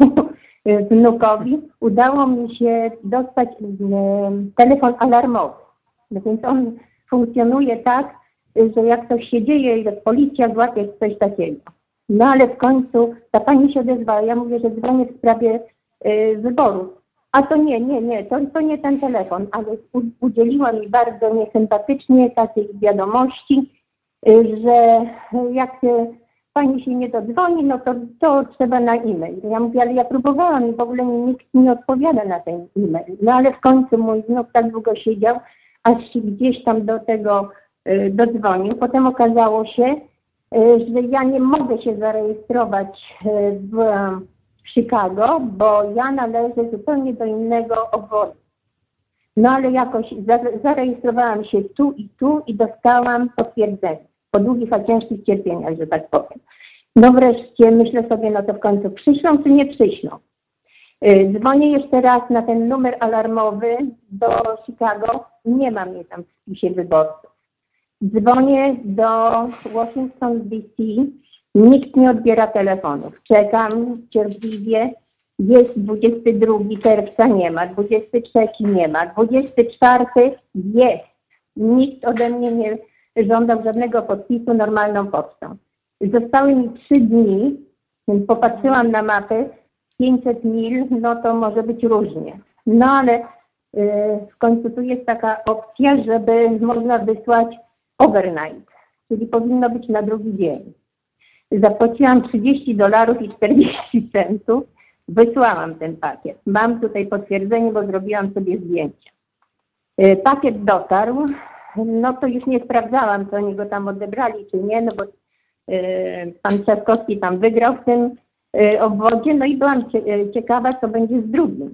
wnukowi udało mi się dostać telefon alarmowy. No więc on funkcjonuje tak, że jak coś się dzieje, jak policja złapie coś takiego. No ale w końcu ta pani się odezwała. Ja mówię, że dzwonię w sprawie y, wyborów. A to nie, nie, nie, to, to nie ten telefon, ale u, udzieliła mi bardzo niesympatycznie takiej wiadomości, y, że jak y, pani się nie dodzwoni, no to, to trzeba na e-mail. Ja mówię, ale ja próbowałam i w ogóle nikt nie odpowiada na ten e-mail. No ale w końcu mój wnuk tak długo siedział, aż się gdzieś tam do tego y, dodzwonił. Potem okazało się, że ja nie mogę się zarejestrować w Chicago, bo ja należę zupełnie do innego obwodu. No ale jakoś zarejestrowałam się tu i tu i dostałam potwierdzenie. Po długich, a ciężkich cierpieniach, że tak powiem. No wreszcie myślę sobie, no to w końcu przyślą czy nie przyślą. Dzwonię jeszcze raz na ten numer alarmowy do Chicago. Nie mam mnie tam w spisie wyborców. Dzwonię do Washington D C, nikt nie odbiera telefonów. Czekam cierpliwie, jest dwudziestego drugiego czerwca, nie ma, dwudziestego trzeciego nie ma, dwudziestego czwartego jest. Nikt ode mnie nie żądał żadnego podpisu normalną pocztą. Zostały mi trzy dni, więc popatrzyłam na mapę, pięćset mil, no to może być różnie. No ale yy, w końcu tu jest taka opcja, żeby można wysłać overnight, czyli powinno być na drugi dzień. Zapłaciłam trzydzieści dolarów i czterdzieści centów, wysłałam ten pakiet. Mam tutaj potwierdzenie, bo zrobiłam sobie zdjęcia. Pakiet dotarł, no to już nie sprawdzałam, czy oni go tam odebrali, czy nie, no bo pan Trzaskowski tam wygrał w tym obwodzie, no i byłam ciekawa, co będzie z drugim.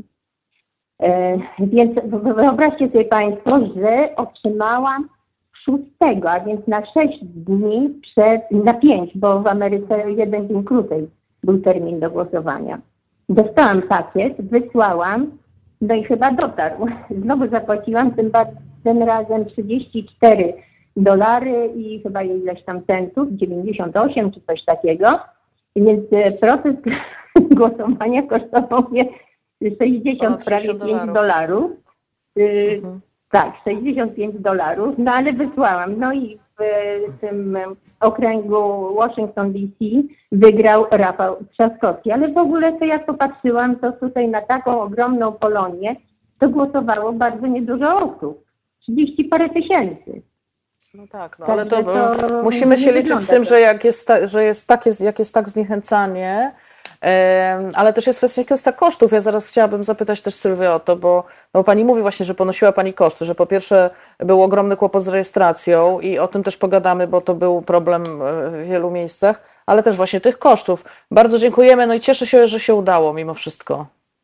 Więc wyobraźcie sobie Państwo, że otrzymałam szóstego, a więc na sześć dni przed, na pięć, bo w Ameryce jeden dzień krócej był termin do głosowania. Dostałam pakiet, wysłałam, no i chyba dotarł. Znowu zapłaciłam tym, tym razem trzydzieści cztery dolary i chyba ileś tam centów, dziewięćdziesiąt osiem czy coś takiego. Więc proces głosowania kosztował mnie sześćdziesiąt, prawie pięć dolarów. Mhm. Tak, sześćdziesiąt pięć dolarów, no ale wysłałam. No i w tym okręgu Washington D C wygrał Rafał Trzaskowski. Ale w ogóle to jak popatrzyłam, to tutaj na taką ogromną Polonię to głosowało bardzo niedużo osób. trzydzieści parę tysięcy. No tak, no ale to, to musimy się liczyć z tym, że jak jest, że jest tak, jest, jak jest tak zniechęcanie, ale też jest kwestia kosztów. Ja zaraz chciałabym zapytać też Sylwię o to, bo no, pani mówi właśnie, że ponosiła pani koszty, że po pierwsze był ogromny kłopot z rejestracją i o tym też pogadamy, bo to był problem w wielu miejscach, ale też właśnie tych kosztów. Bardzo dziękujemy, no i cieszę się, że się udało mimo wszystko.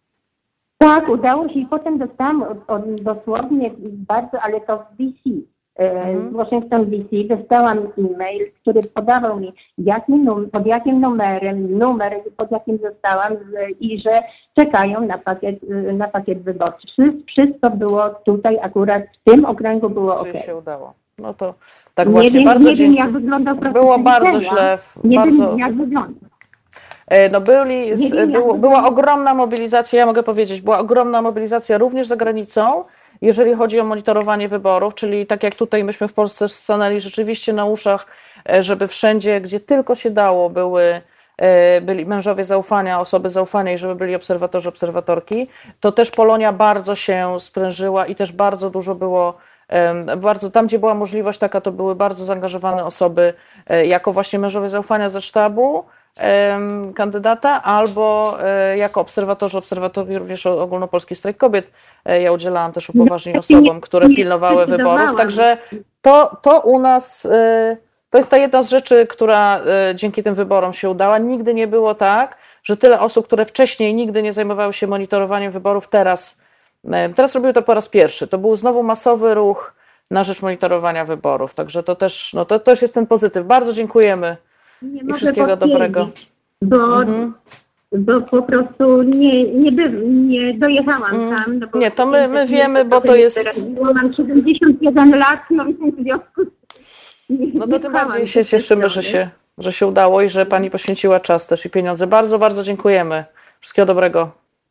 Tak, udało się i potem dostałam od, od, dosłownie bardzo, ale to w D C. Z Washington D C dostałam e-mail, który podawał mi jakim num- pod jakim numerem, numer pod jakim zostałam z, i że czekają na pakiet, na pakiet wyborczy. Wszystko było tutaj akurat w tym okręgu było ok. się udało. No to tak właśnie nie wiem, bardzo nie wiem, jak wygląda proces. Było bardzo źle. Nie bardzo... wiem, jak wygląda. No byli, z, było, była ogromna mobilizacja, ja mogę powiedzieć, była ogromna mobilizacja również za granicą, jeżeli chodzi o monitorowanie wyborów, czyli tak jak tutaj myśmy w Polsce stanęli rzeczywiście na uszach, żeby wszędzie, gdzie tylko się dało, były, byli mężowie zaufania, osoby zaufania i żeby byli obserwatorzy, obserwatorki, to też Polonia bardzo się sprężyła i też bardzo dużo było, bardzo tam, gdzie była możliwość taka, to były bardzo zaangażowane osoby jako właśnie mężowie zaufania ze sztabu kandydata, albo jako obserwatorzy, obserwatorki również Ogólnopolski Strajk Kobiet. Ja udzielałam też upoważnień osobom, które pilnowały wyborów, także to, to u nas, to jest ta jedna z rzeczy, która dzięki tym wyborom się udała. Nigdy nie było tak, że tyle osób, które wcześniej nigdy nie zajmowały się monitorowaniem wyborów, teraz, teraz robiły to po raz pierwszy. To był znowu masowy ruch na rzecz monitorowania wyborów, także to też, no to też jest ten pozytyw. Bardzo dziękujemy. Nie I wszystkiego dobrego. Bo, mhm. bo po prostu nie, nie, by, nie dojechałam mm. tam. No bo nie, to my, my wiemy, bo to jest... Teraz mam siedemdziesiąt jeden lat, no i w związku z tym No to tym bardziej się cieszymy, że się, że się udało i że pani poświęciła czas też i pieniądze. Bardzo, bardzo dziękujemy. Wszystkiego dobrego.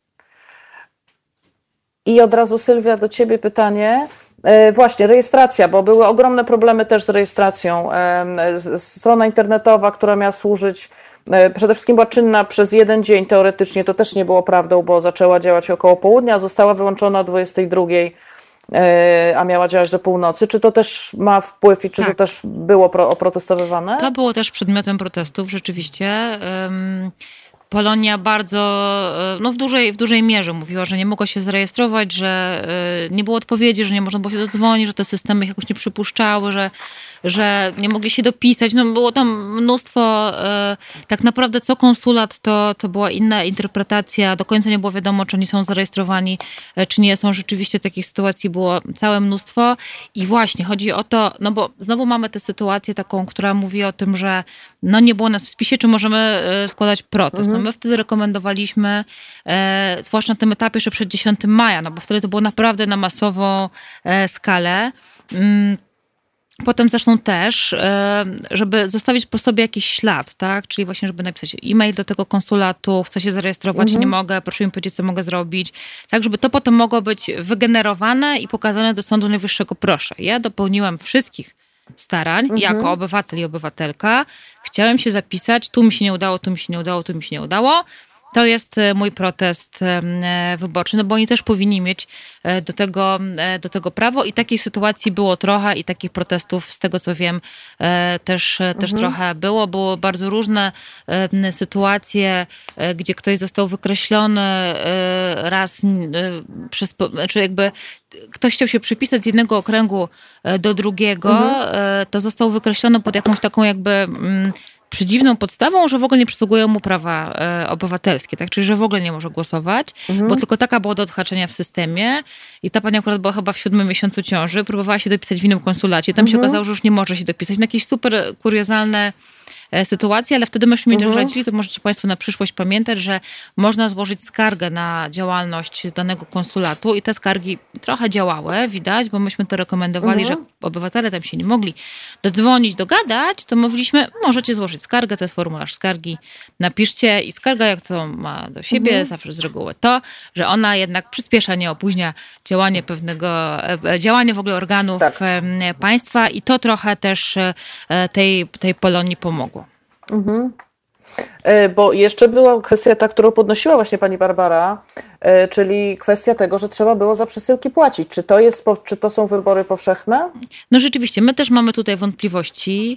I od razu Sylwia, do ciebie pytanie. Właśnie, rejestracja, bo były ogromne problemy też z rejestracją. Strona internetowa, która miała służyć, przede wszystkim była czynna przez jeden dzień teoretycznie, to też nie było prawdą, bo zaczęła działać około południa, została wyłączona o dwudziestej drugiej, a miała działać do północy. Czy to też ma wpływ i czy tak. to też było oprotestowywane? To było też przedmiotem protestów, rzeczywiście. Polonia bardzo, no w dużej, w dużej mierze mówiła, że nie mogła się zarejestrować, że nie było odpowiedzi, że nie można było się dodzwonić, że te systemy ich jakoś nie przypuszczały, że, że nie mogli się dopisać. No było tam mnóstwo, tak naprawdę co konsulat to, to była inna interpretacja. Do końca nie było wiadomo, czy oni są zarejestrowani, czy nie są. Rzeczywiście takich sytuacji było całe mnóstwo. I właśnie chodzi o to, no bo znowu mamy tę sytuację taką, która mówi o tym, że no nie było nas w spisie, czy możemy składać protest. Mhm. No my wtedy rekomendowaliśmy, e, zwłaszcza na tym etapie jeszcze przed dziesiątego maja, no bo wtedy to było naprawdę na masową e, skalę. Mm. Potem zresztą też, żeby zostawić po sobie jakiś ślad, tak? Czyli właśnie, żeby napisać e-mail do tego konsulatu, chcę się zarejestrować, mhm. nie mogę, proszę mi powiedzieć, co mogę zrobić. Tak, żeby to potem mogło być wygenerowane i pokazane do Sądu Najwyższego. Proszę, ja dopełniłam wszystkich starań mhm. jako obywatel i obywatelka. Chciałem się zapisać, tu mi się nie udało, tu mi się nie udało, tu mi się nie udało. To jest mój protest wyborczy, no bo oni też powinni mieć do tego, do tego prawo i takiej sytuacji było trochę i takich protestów, z tego co wiem, też, mhm. też trochę było. Było bardzo różne sytuacje, gdzie ktoś został wykreślony raz przez, czy jakby ktoś chciał się przypisać z jednego okręgu do drugiego, mhm. to został wykreślony pod jakąś taką jakby przedziwną podstawą, że w ogóle nie przysługują mu prawa obywatelskie, tak? Czyli że w ogóle nie może głosować, mhm. bo tylko taka była do odhaczenia w systemie i ta pani akurat była chyba w siódmym miesiącu ciąży, próbowała się dopisać w innym konsulacie, tam mhm. się okazało, że już nie może się dopisać. No jakieś super kuriozalne sytuacje, ale wtedy myśmy mhm. też radzili, to możecie Państwo na przyszłość pamiętać, że można złożyć skargę na działalność danego konsulatu i te skargi trochę działały, widać, bo myśmy to rekomendowali, mhm. że obywatele tam się nie mogli dodzwonić, dogadać, to mówiliśmy, możecie złożyć skargę, to jest formularz skargi, napiszcie i skarga, jak to ma do siebie, mhm. zawsze z reguły to, że ona jednak przyspiesza, nie opóźnia działanie pewnego, działanie w ogóle organów tak. państwa i to trochę też tej, tej Polonii pomogło. Mhm. Bo jeszcze była kwestia ta, którą podnosiła właśnie pani Barbara, czyli kwestia tego, że trzeba było za przesyłki płacić. Czy to jest, czy to są wybory powszechne? No rzeczywiście, my też mamy tutaj wątpliwości,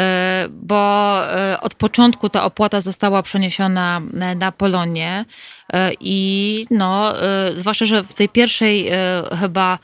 bo od początku ta opłata została przeniesiona na Polonię i no, zwłaszcza, że w tej pierwszej chyba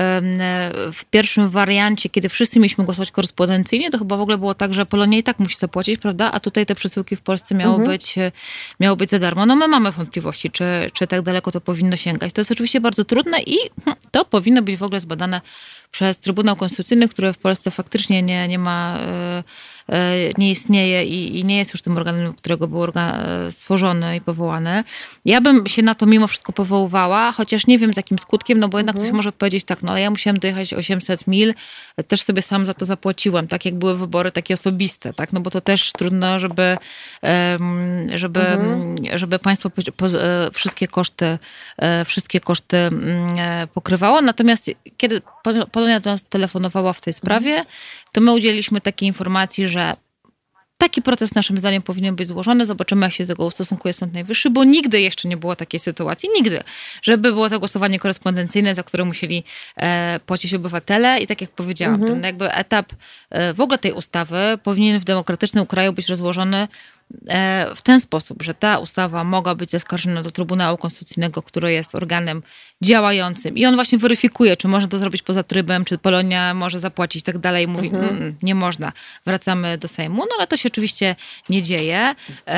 w pierwszym wariancie, kiedy wszyscy mieliśmy głosować korespondencyjnie, to chyba w ogóle było tak, że Polonia i tak musi zapłacić, prawda? A tutaj te przesyłki w Polsce miało, mhm. być, miało być za darmo. No my mamy wątpliwości, czy, czy tak daleko to powinno sięgać. To jest oczywiście bardzo trudne i to powinno być w ogóle zbadane przez Trybunał Konstytucyjny, który w Polsce faktycznie nie, nie ma, nie istnieje i, i nie jest już tym organem, którego był organ stworzony i powołany. Ja bym się na to mimo wszystko powoływała, chociaż nie wiem z jakim skutkiem, no bo jednak mhm. ktoś może powiedzieć tak, no ale ja musiałam dojechać osiemset mil, też sobie sam za to zapłaciłam, tak jak były wybory takie osobiste, tak, no bo to też trudno, żeby, żeby, mhm. żeby państwo wszystkie koszty, wszystkie koszty pokrywało. Natomiast kiedy Polonia do nas telefonowała w tej sprawie, to my udzieliliśmy takiej informacji, że taki proces naszym zdaniem powinien być złożony. Zobaczymy, jak się do tego ustosunkuje Sąd Najwyższy, bo nigdy jeszcze nie było takiej sytuacji, nigdy, żeby było to głosowanie korespondencyjne, za które musieli e, płacić obywatele. I tak jak powiedziałam, mhm. ten jakby etap e, w ogóle tej ustawy powinien w demokratycznym kraju być rozłożony w ten sposób, że ta ustawa mogła być zaskarżona do Trybunału Konstytucyjnego, który jest organem działającym i on właśnie weryfikuje, czy można to zrobić poza trybem, czy Polonia może zapłacić i tak dalej i mówi, mhm. mm, nie można, wracamy do Sejmu, no ale to się oczywiście nie dzieje.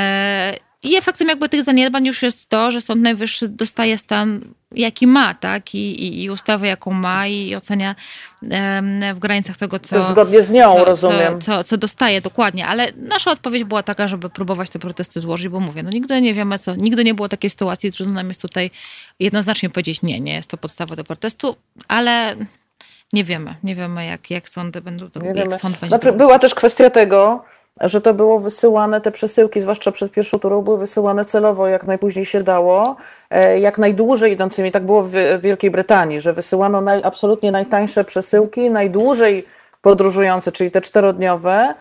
I efektem jakby tych zaniedbań już jest to, że Sąd Najwyższy dostaje stan, jaki ma, tak? I, i, i ustawę, jaką ma i ocenia um, w granicach tego, co... To zgodnie z nią, co, rozumiem. Co, co, co dostaje, dokładnie. Ale nasza odpowiedź była taka, żeby próbować te protesty złożyć, bo mówię, no nigdy nie wiemy co, nigdy nie było takiej sytuacji, trudno nam jest tutaj jednoznacznie powiedzieć, nie, nie jest to podstawa do protestu, ale nie wiemy, nie wiemy jak, jak sądy będą, nie jak wiemy. sąd będzie... Znaczy, była też kwestia tego, że to było wysyłane, te przesyłki, zwłaszcza przed pierwszą turą, były wysyłane celowo, jak najpóźniej się dało, jak najdłużej idącymi. Tak było w Wielkiej Brytanii, że wysyłano naj, absolutnie najtańsze przesyłki, najdłużej podróżujące, czyli te czterodniowe,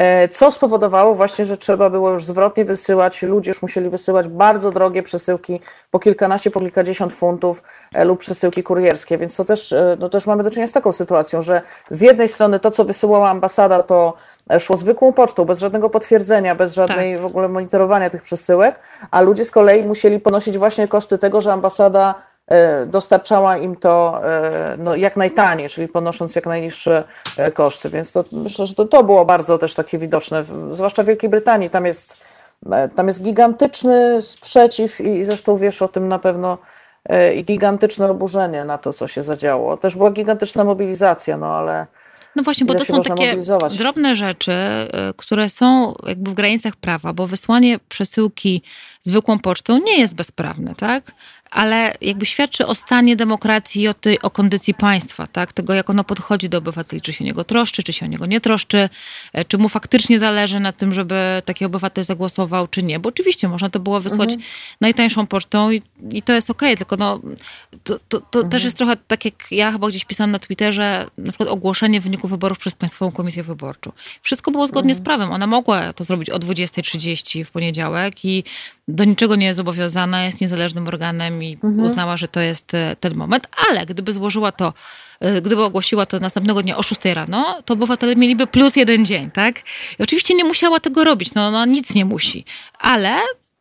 co spowodowało właśnie, że trzeba było już zwrotnie wysyłać, ludzie już musieli wysyłać bardzo drogie przesyłki po kilkanaście, po kilkadziesiąt funtów lub przesyłki kurierskie, więc to też, no też mamy do czynienia z taką sytuacją, że z jednej strony to, co wysyłała ambasada, to szło zwykłą pocztą, bez żadnego potwierdzenia, bez żadnej tak. w ogóle monitorowania tych przesyłek, a ludzie z kolei musieli ponosić właśnie koszty tego, że ambasada dostarczała im to no, jak najtaniej, czyli ponosząc jak najniższe koszty, więc to, myślę, że to, to było bardzo też takie widoczne, zwłaszcza w Wielkiej Brytanii, tam jest, tam jest gigantyczny sprzeciw i zresztą wiesz o tym na pewno, i gigantyczne oburzenie na to, co się zadziało. Też była gigantyczna mobilizacja, no ale no właśnie, bo to są takie drobne rzeczy, które są jakby w granicach prawa, bo wysłanie przesyłki zwykłą pocztą nie jest bezprawne, tak? Ale jakby świadczy o stanie demokracji i o, tej, o kondycji państwa, tak? Tego, jak ono podchodzi do obywateli, czy się o niego troszczy, czy się o niego nie troszczy, czy mu faktycznie zależy na tym, żeby taki obywatel zagłosował, czy nie. Bo oczywiście można to było wysłać mhm. najtańszą pocztą i, i to jest okej, okay, tylko no, to, to, to mhm. też jest trochę tak, jak ja chyba gdzieś pisałam na Twitterze, na przykład ogłoszenie wyników wyborów przez Państwową Komisję Wyborczą. Wszystko było zgodnie mhm. z prawem. Ona mogła to zrobić o dwudziestej trzydzieści w poniedziałek i do niczego nie jest zobowiązana, jest niezależnym organem i mhm. uznała, że to jest ten moment, ale gdyby złożyła to, gdyby ogłosiła to następnego dnia o szóstej rano, to obywatele mieliby plus jeden dzień, tak? I oczywiście nie musiała tego robić, no ona nic nie musi, ale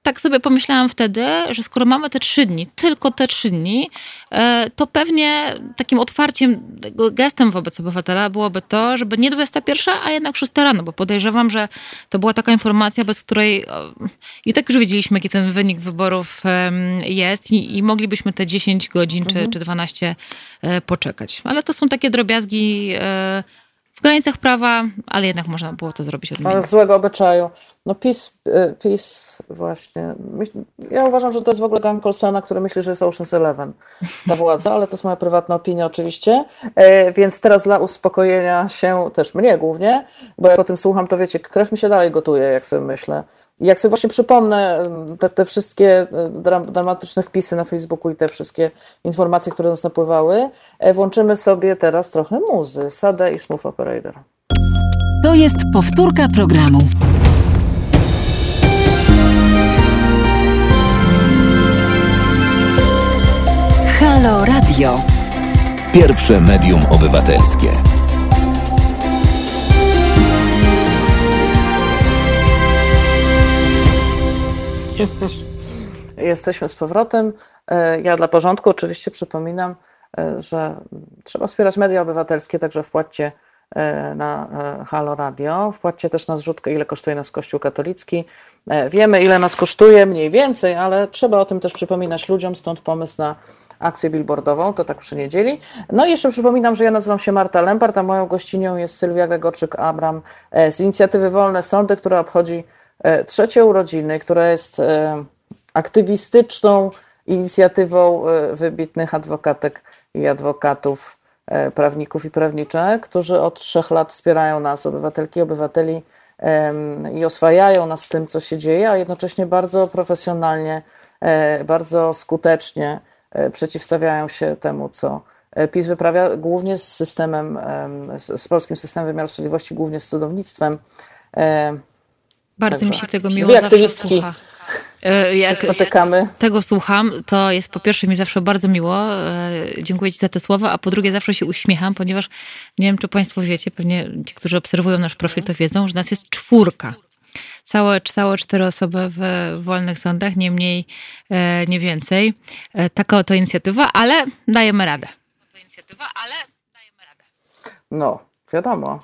tak sobie pomyślałam wtedy, że skoro mamy te trzy dni, tylko te trzy dni, to pewnie takim otwarciem, gestem wobec obywatela byłoby to, żeby nie dwudziesta pierwsza, a jednak szósta rano, bo podejrzewam, że to była taka informacja, bez której i tak już wiedzieliśmy, jaki ten wynik wyborów jest i, i moglibyśmy te dziesięć godzin mhm. czy, czy dwanaście poczekać. Ale to są takie drobiazgi w granicach prawa, ale jednak można było to zrobić odmiennie. Ale złego obyczaju. No PiS, PiS właśnie. Ja uważam, że to jest w ogóle gang Colsona, który myśli, że jest Ocean's Eleven, ta władza, ale to jest moja prywatna opinia oczywiście. Więc teraz dla uspokojenia się, też mnie głównie, bo jak o tym słucham, to wiecie, krew mi się dalej gotuje, jak sobie myślę. I jak sobie właśnie przypomnę te, te wszystkie dramatyczne wpisy na Facebooku i te wszystkie informacje, które nas napływały, włączymy sobie teraz trochę muzy. Sade i Smooth Operator. To jest powtórka programu. Halo Radio. Pierwsze medium obywatelskie. Jesteś. Jesteśmy z powrotem. Ja dla porządku oczywiście przypominam, że trzeba wspierać media obywatelskie, także wpłaccie na Halo Radio, wpłaccie też na zrzutkę, ile kosztuje nas Kościół katolicki. Wiemy, ile nas kosztuje, mniej więcej, ale trzeba o tym też przypominać ludziom, stąd pomysł na akcję billboardową, to tak przy niedzieli. No i jeszcze przypominam, że ja nazywam się Marta Lempart, a moją gościnią jest Sylwia Gregorczyk-Abram z inicjatywy Wolne Sądy, która obchodzi trzecie urodziny, która jest aktywistyczną inicjatywą wybitnych adwokatek i adwokatów, prawników i prawniczek, którzy od trzech lat wspierają nas, obywatelki i obywateli, i oswajają nas z tym, co się dzieje, a jednocześnie bardzo profesjonalnie, bardzo skutecznie przeciwstawiają się temu, co PiS wyprawia, głównie z systemem, z polskim systemem wymiaru sprawiedliwości, głównie z sądownictwem. Bardzo Także mi się tego miło zawsze słucha. Jak spotykamy. Tego słucham, to jest po pierwsze mi zawsze bardzo miło, dziękuję Ci za te słowa, a po drugie zawsze się uśmiecham, ponieważ nie wiem, czy Państwo wiecie, pewnie ci, którzy obserwują nasz profil, to wiedzą, że nas jest czwórka. Całe, całe cztery osoby w wolnych sądach, nie mniej, nie więcej. Taka oto inicjatywa, ale dajemy radę. Inicjatywa, ale dajemy radę. No, wiadomo.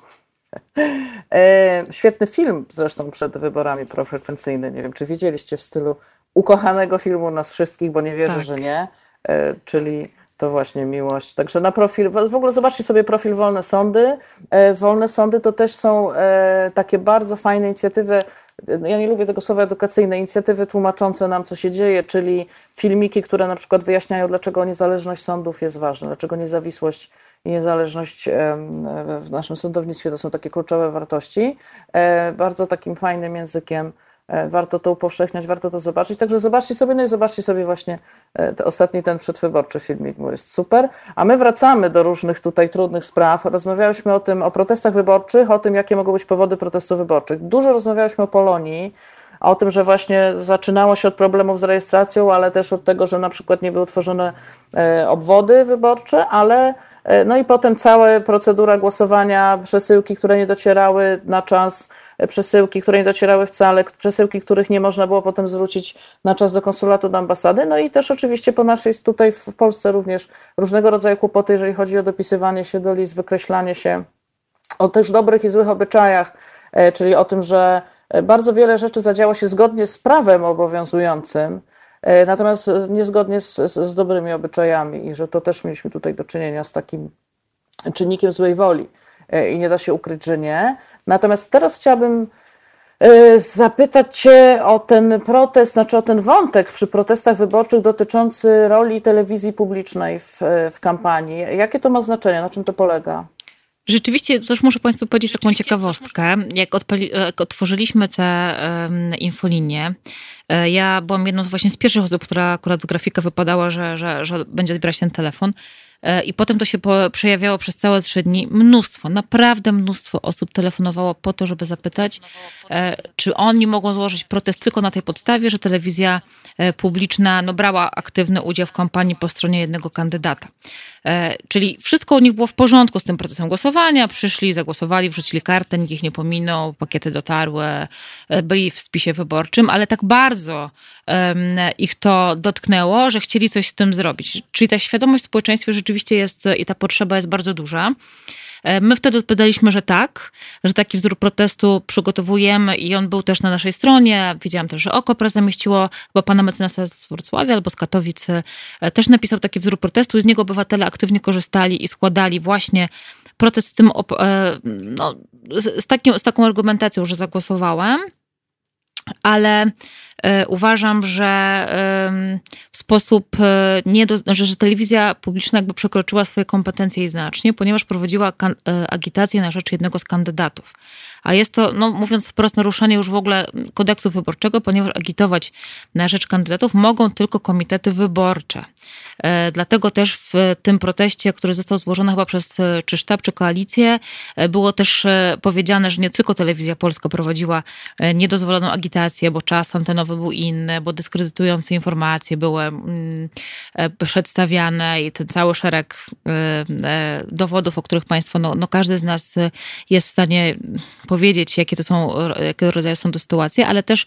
E, świetny film zresztą przed wyborami profrekwencyjny. Nie wiem, czy widzieliście w stylu ukochanego filmu nas wszystkich, bo nie wierzę, tak. że nie. E, czyli to właśnie miłość. Także na profil, w ogóle zobaczcie sobie profil Wolne Sądy. E, Wolne Sądy to też są e, takie bardzo fajne inicjatywy. Ja nie lubię tego słowa edukacyjne, inicjatywy tłumaczące nam, co się dzieje, czyli filmiki, które na przykład wyjaśniają, dlaczego niezależność sądów jest ważna, dlaczego niezawisłość i niezależność w naszym sądownictwie to są takie kluczowe wartości. Bardzo takim fajnym językiem warto to upowszechniać, warto to zobaczyć. Także zobaczcie sobie, no i zobaczcie sobie właśnie ten ostatni, ten przedwyborczy filmik, bo jest super. A my wracamy do różnych tutaj trudnych spraw. Rozmawialiśmy o tym, o protestach wyborczych, o tym, jakie mogą być powody protestów wyborczych. Dużo rozmawialiśmy o Polonii, o tym, że właśnie zaczynało się od problemów z rejestracją, ale też od tego, że na przykład nie były tworzone obwody wyborcze, ale no i potem cała procedura głosowania, przesyłki, które nie docierały na czas, przesyłki, które nie docierały wcale, przesyłki, których nie można było potem zwrócić na czas do konsulatu, do ambasady, no i też oczywiście po naszej, tutaj w Polsce również różnego rodzaju kłopoty, jeżeli chodzi o dopisywanie się do list, wykreślanie się, o też dobrych i złych obyczajach, czyli o tym, że bardzo wiele rzeczy zadziało się zgodnie z prawem obowiązującym, natomiast niezgodnie z, z, z dobrymi obyczajami i że to też mieliśmy tutaj do czynienia z takim czynnikiem złej woli i nie da się ukryć, że nie. Natomiast teraz chciałabym zapytać Cię o ten protest, znaczy o ten wątek przy protestach wyborczych dotyczący roli telewizji publicznej w, w kampanii. Jakie to ma znaczenie? Na czym to polega? Rzeczywiście, to już muszę Państwu powiedzieć taką ciekawostkę. Jak, odpali, jak otworzyliśmy te um, infolinię, ja byłam jedną z właśnie z pierwszych osób, która akurat z grafika wypadała, że, że, że będzie odbierać ten telefon. I potem to się przejawiało przez całe trzy dni. Mnóstwo, naprawdę mnóstwo osób telefonowało po to, żeby zapytać, czy oni mogą złożyć protest tylko na tej podstawie, że telewizja publiczna no, brała aktywny udział w kampanii po stronie jednego kandydata. Czyli wszystko u nich było w porządku z tym procesem głosowania. Przyszli, zagłosowali, wrzucili kartę, nikt ich nie pominął, pakiety dotarły, byli w spisie wyborczym, ale tak bardzo ich to dotknęło, że chcieli coś z tym zrobić. Czyli ta świadomość w społeczeństwie rzeczywiście jest i ta potrzeba jest bardzo duża. My wtedy odpowiadaliśmy, że tak, że taki wzór protestu przygotowujemy i on był też na naszej stronie. Widziałam też, że Okopres zamieściło, chyba pana mecenasa z Wrocławia albo z Katowic też napisał taki wzór protestu i z niego obywatele aktywnie korzystali i składali właśnie protest z tym, no, z, takim, z taką argumentacją, że zagłosowałem. Ale y, uważam, że y, w sposób y, nie do, że, że telewizja publiczna jakby przekroczyła swoje kompetencje znacznie, ponieważ prowadziła kan, y, agitację na rzecz jednego z kandydatów. A jest to, no mówiąc wprost, naruszenie już w ogóle kodeksu wyborczego, ponieważ agitować na rzecz kandydatów mogą tylko komitety wyborcze. Dlatego też w tym proteście, który został złożony chyba przez czy sztab, czy koalicję, było też powiedziane, że nie tylko Telewizja Polska prowadziła niedozwoloną agitację, bo czas antenowy był inny, bo dyskredytujące informacje były przedstawiane i ten cały szereg dowodów, o których państwo, no, no każdy z nas jest w stanie powiedzieć, jakie to są, jakiego rodzaju są to sytuacje, ale też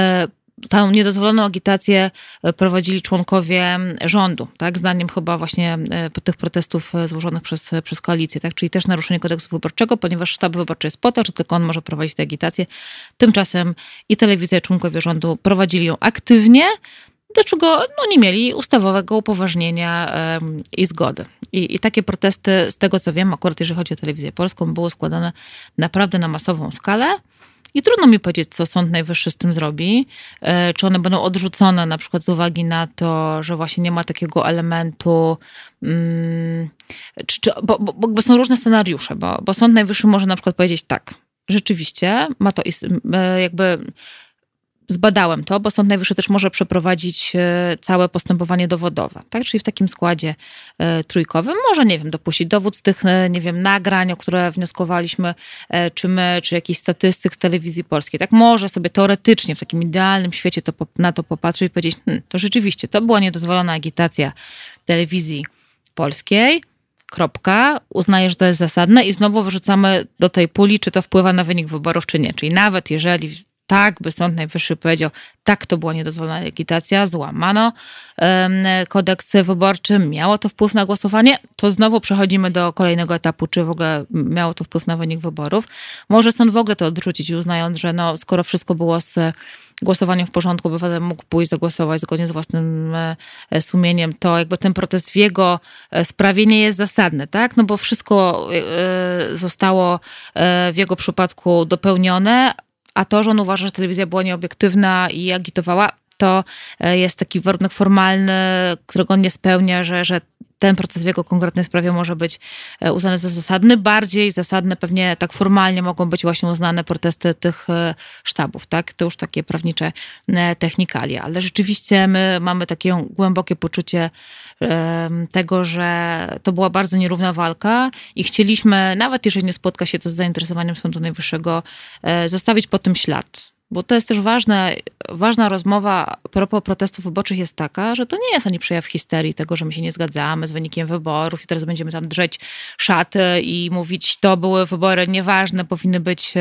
tę niedozwoloną agitację prowadzili członkowie rządu, tak? Zdaniem chyba właśnie tych protestów złożonych przez, przez koalicję, tak? Czyli też naruszenie kodeksu wyborczego, ponieważ sztab wyborczy jest po to, że tylko on może prowadzić tę agitację. Tymczasem i telewizja, i członkowie rządu prowadzili ją aktywnie, do czego no, nie mieli ustawowego upoważnienia um, i zgody. I, I takie protesty, z tego co wiem, akurat jeżeli chodzi o Telewizję Polską, były składane naprawdę na masową skalę. I trudno mi powiedzieć, co Sąd Najwyższy z tym zrobi. Czy one będą odrzucone na przykład z uwagi na to, że właśnie nie ma takiego elementu, hmm, czy, czy, bo, bo, bo są różne scenariusze, bo, bo Sąd Najwyższy może na przykład powiedzieć tak, rzeczywiście ma to jakby... Zbadałem to, bo Sąd Najwyższy też może przeprowadzić całe postępowanie dowodowe, tak? Czyli w takim składzie trójkowym może, nie wiem, dopuścić dowód z tych, nie wiem, nagrań, o które wnioskowaliśmy, czy my, czy jakiś statystyk z Telewizji Polskiej, tak? Może sobie teoretycznie w takim idealnym świecie to, na to popatrzeć i powiedzieć, hm, to rzeczywiście, to była niedozwolona agitacja Telewizji Polskiej, kropka, uznaję, że to jest zasadne i znowu wyrzucamy do tej puli, czy to wpływa na wynik wyborów, czy nie. Czyli nawet jeżeli tak by Sąd Najwyższy powiedział, tak, to była niedozwolona agitacja, złamano um, kodeks wyborczy, miało to wpływ na głosowanie, to znowu przechodzimy do kolejnego etapu, czy w ogóle miało to wpływ na wynik wyborów. Może sąd w ogóle to odrzucić, uznając, że no, skoro wszystko było z głosowaniem w porządku, obywatel mógł pójść zagłosować zgodnie z własnym sumieniem, to jakby ten protest w jego sprawie nie jest zasadny, tak? No bo wszystko zostało w jego przypadku dopełnione, a to, że on uważa, że telewizja była nieobiektywna i agitowała, to jest taki warunek formalny, którego on nie spełnia, że, że ten proces w jego konkretnej sprawie może być uznany za zasadny. Bardziej zasadne pewnie tak formalnie mogą być właśnie uznane protesty tych sztabów, tak? To już takie prawnicze technikalia. Ale rzeczywiście my mamy takie głębokie poczucie tego, że to była bardzo nierówna walka i chcieliśmy, nawet jeżeli nie spotka się to z zainteresowaniem Sądu Najwyższego, zostawić po tym ślad. Bo to jest też ważne, ważna rozmowa a propos protestów wyborczych jest taka, że to nie jest ani przejaw histerii tego, że my się nie zgadzamy z wynikiem wyborów i teraz będziemy tam drzeć szaty i mówić, to były wybory nieważne, powinny być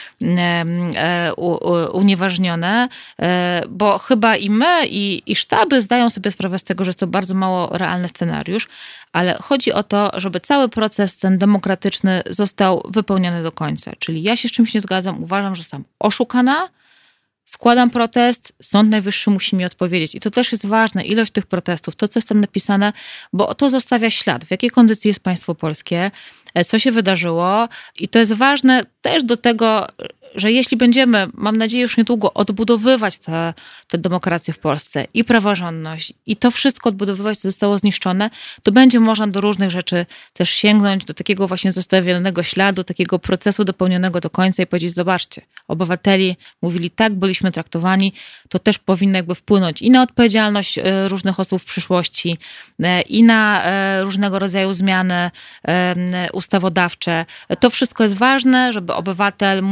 unieważnione, bo chyba i my, i, i sztaby zdają sobie sprawę z tego, że jest to bardzo mało realny scenariusz, ale chodzi o to, żeby cały proces ten demokratyczny został wypełniony do końca. Czyli ja się z czymś nie zgadzam, uważam, że jestem oszukana, składam protest, Sąd Najwyższy musi mi odpowiedzieć. I to też jest ważne, ilość tych protestów, to co jest tam napisane, bo to zostawia ślad, w jakiej kondycji jest państwo polskie, co się wydarzyło i to jest ważne też do tego, że jeśli będziemy, mam nadzieję już niedługo, odbudowywać tę demokrację w Polsce i praworządność i to wszystko odbudowywać, co zostało zniszczone, to będzie można do różnych rzeczy też sięgnąć, do takiego właśnie zostawionego śladu, takiego procesu dopełnionego do końca i powiedzieć, zobaczcie, obywateli mówili tak, byliśmy traktowani, to też powinno jakby wpłynąć i na odpowiedzialność różnych osób w przyszłości, i na różnego rodzaju zmiany ustawodawcze. To wszystko jest ważne, żeby obywatel mówił państwu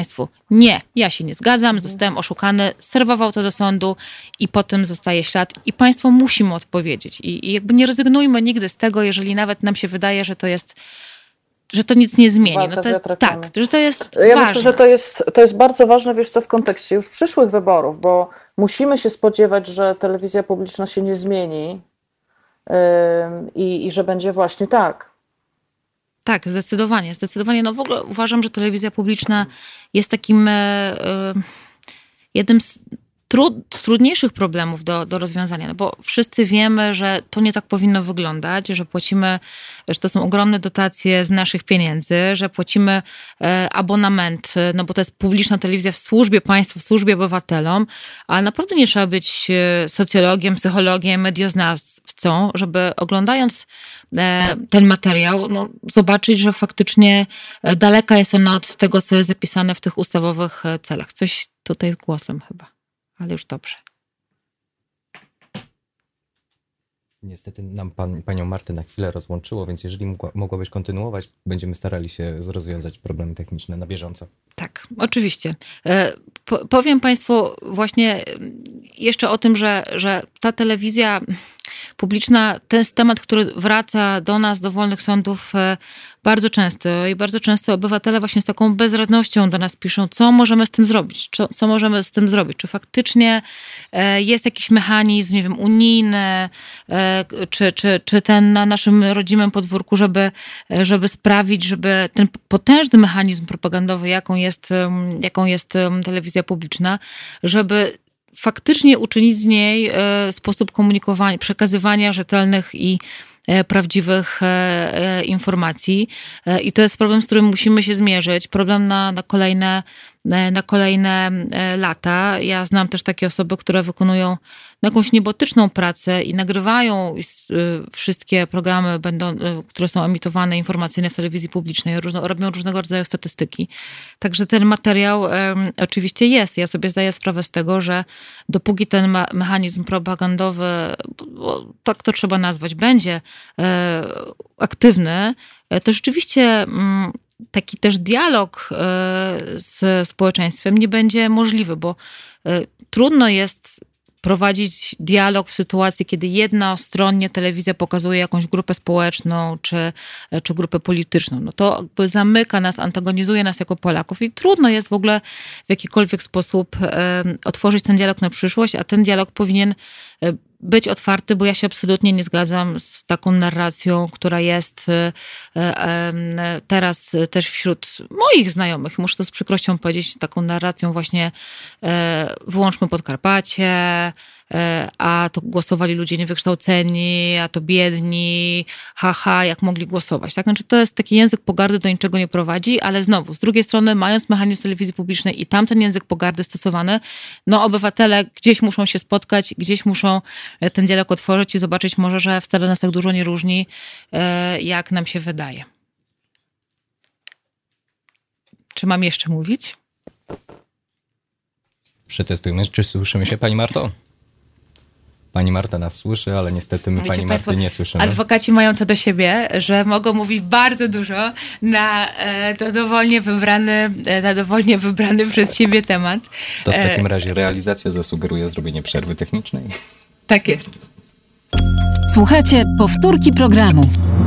państwu, nie, ja się nie zgadzam, zostałem oszukany, serwował to do sądu i potem zostaje ślad i państwo musi mu odpowiedzieć. I, i jakby nie rezygnujmy nigdy z tego, jeżeli nawet nam się wydaje, że to jest, że to nic nie zmieni. No to jest, tak, że to jest Ja ważne. myślę, że to jest, to jest bardzo ważne, wiesz co, w kontekście już przyszłych wyborów, bo musimy się spodziewać, że telewizja publiczna się nie zmieni yy, i, i że będzie właśnie tak. Tak, zdecydowanie. Zdecydowanie. No w ogóle uważam, że telewizja publiczna jest takim e, jednym z, trud, z trudniejszych problemów do, do rozwiązania, no bo wszyscy wiemy, że to nie tak powinno wyglądać, że płacimy, że to są ogromne dotacje z naszych pieniędzy, że płacimy e, abonament, no bo to jest publiczna telewizja w służbie państwu, w służbie obywatelom, ale naprawdę nie trzeba być socjologiem, psychologiem, medioznawcą, żeby oglądając ten materiał, no, zobaczyć, że faktycznie daleka jest ona od tego, co jest zapisane w tych ustawowych celach. Coś tutaj z głosem chyba, ale już dobrze. Niestety nam pan, panią Martę na chwilę rozłączyło, więc jeżeli mogła, mogłabyś kontynuować, będziemy starali się rozwiązać problemy techniczne na bieżąco. Tak, oczywiście. Po, powiem państwu właśnie jeszcze o tym, że, że ta telewizja publiczna to jest temat, który wraca do nas, do wolnych sądów bardzo często i bardzo często obywatele właśnie z taką bezradnością do nas piszą, co możemy z tym zrobić, co, co możemy z tym zrobić, czy faktycznie jest jakiś mechanizm, nie wiem, unijny, czy, czy, czy ten na naszym rodzimym podwórku, żeby, żeby sprawić, żeby ten potężny mechanizm propagandowy, jaką jest, jaką jest telewizja publiczna, żeby faktycznie uczynić z niej sposób komunikowania, przekazywania rzetelnych i prawdziwych informacji. I to jest problem, z którym musimy się zmierzyć. Problem na, na kolejne na kolejne lata. Ja znam też takie osoby, które wykonują jakąś niebotyczną pracę i nagrywają wszystkie programy, będą, które są emitowane, informacyjne w telewizji publicznej, robią różnego rodzaju statystyki. Także ten materiał oczywiście jest. Ja sobie zdaję sprawę z tego, że dopóki ten mechanizm propagandowy, bo tak to trzeba nazwać, będzie aktywny, to rzeczywiście taki też dialog z społeczeństwem nie będzie możliwy, bo trudno jest prowadzić dialog w sytuacji, kiedy jednostronnie telewizja pokazuje jakąś grupę społeczną czy, czy grupę polityczną. No to jakby zamyka nas, antagonizuje nas jako Polaków i trudno jest w ogóle w jakikolwiek sposób otworzyć ten dialog na przyszłość, a ten dialog powinien być otwarty, bo ja się absolutnie nie zgadzam z taką narracją, która jest teraz też wśród moich znajomych, muszę to z przykrością powiedzieć, taką narracją właśnie wyłączmy Podkarpacie, a to głosowali ludzie niewykształceni, a to biedni, haha, jak mogli głosować. Tak? Znaczy to jest taki język pogardy, do niczego nie prowadzi, ale znowu, z drugiej strony, mając mechanizm telewizji publicznej i tamten język pogardy stosowany, no obywatele gdzieś muszą się spotkać, gdzieś muszą ten dialog otworzyć i zobaczyć może, że wcale nas tak dużo nie różni, jak nam się wydaje. Czy mam jeszcze mówić? Przetestujmy, czy słyszymy się, pani Marto? Pani Marta nas słyszy, ale niestety my Wiecie pani Marty Państwo, nie słyszymy. Adwokaci mają to do siebie, że mogą mówić bardzo dużo na e, dowolnie wybrany, na dowolnie wybrany przez siebie temat. To w takim razie realizacja zasugeruje zrobienie przerwy technicznej. Tak jest. Słuchajcie, powtórki programu.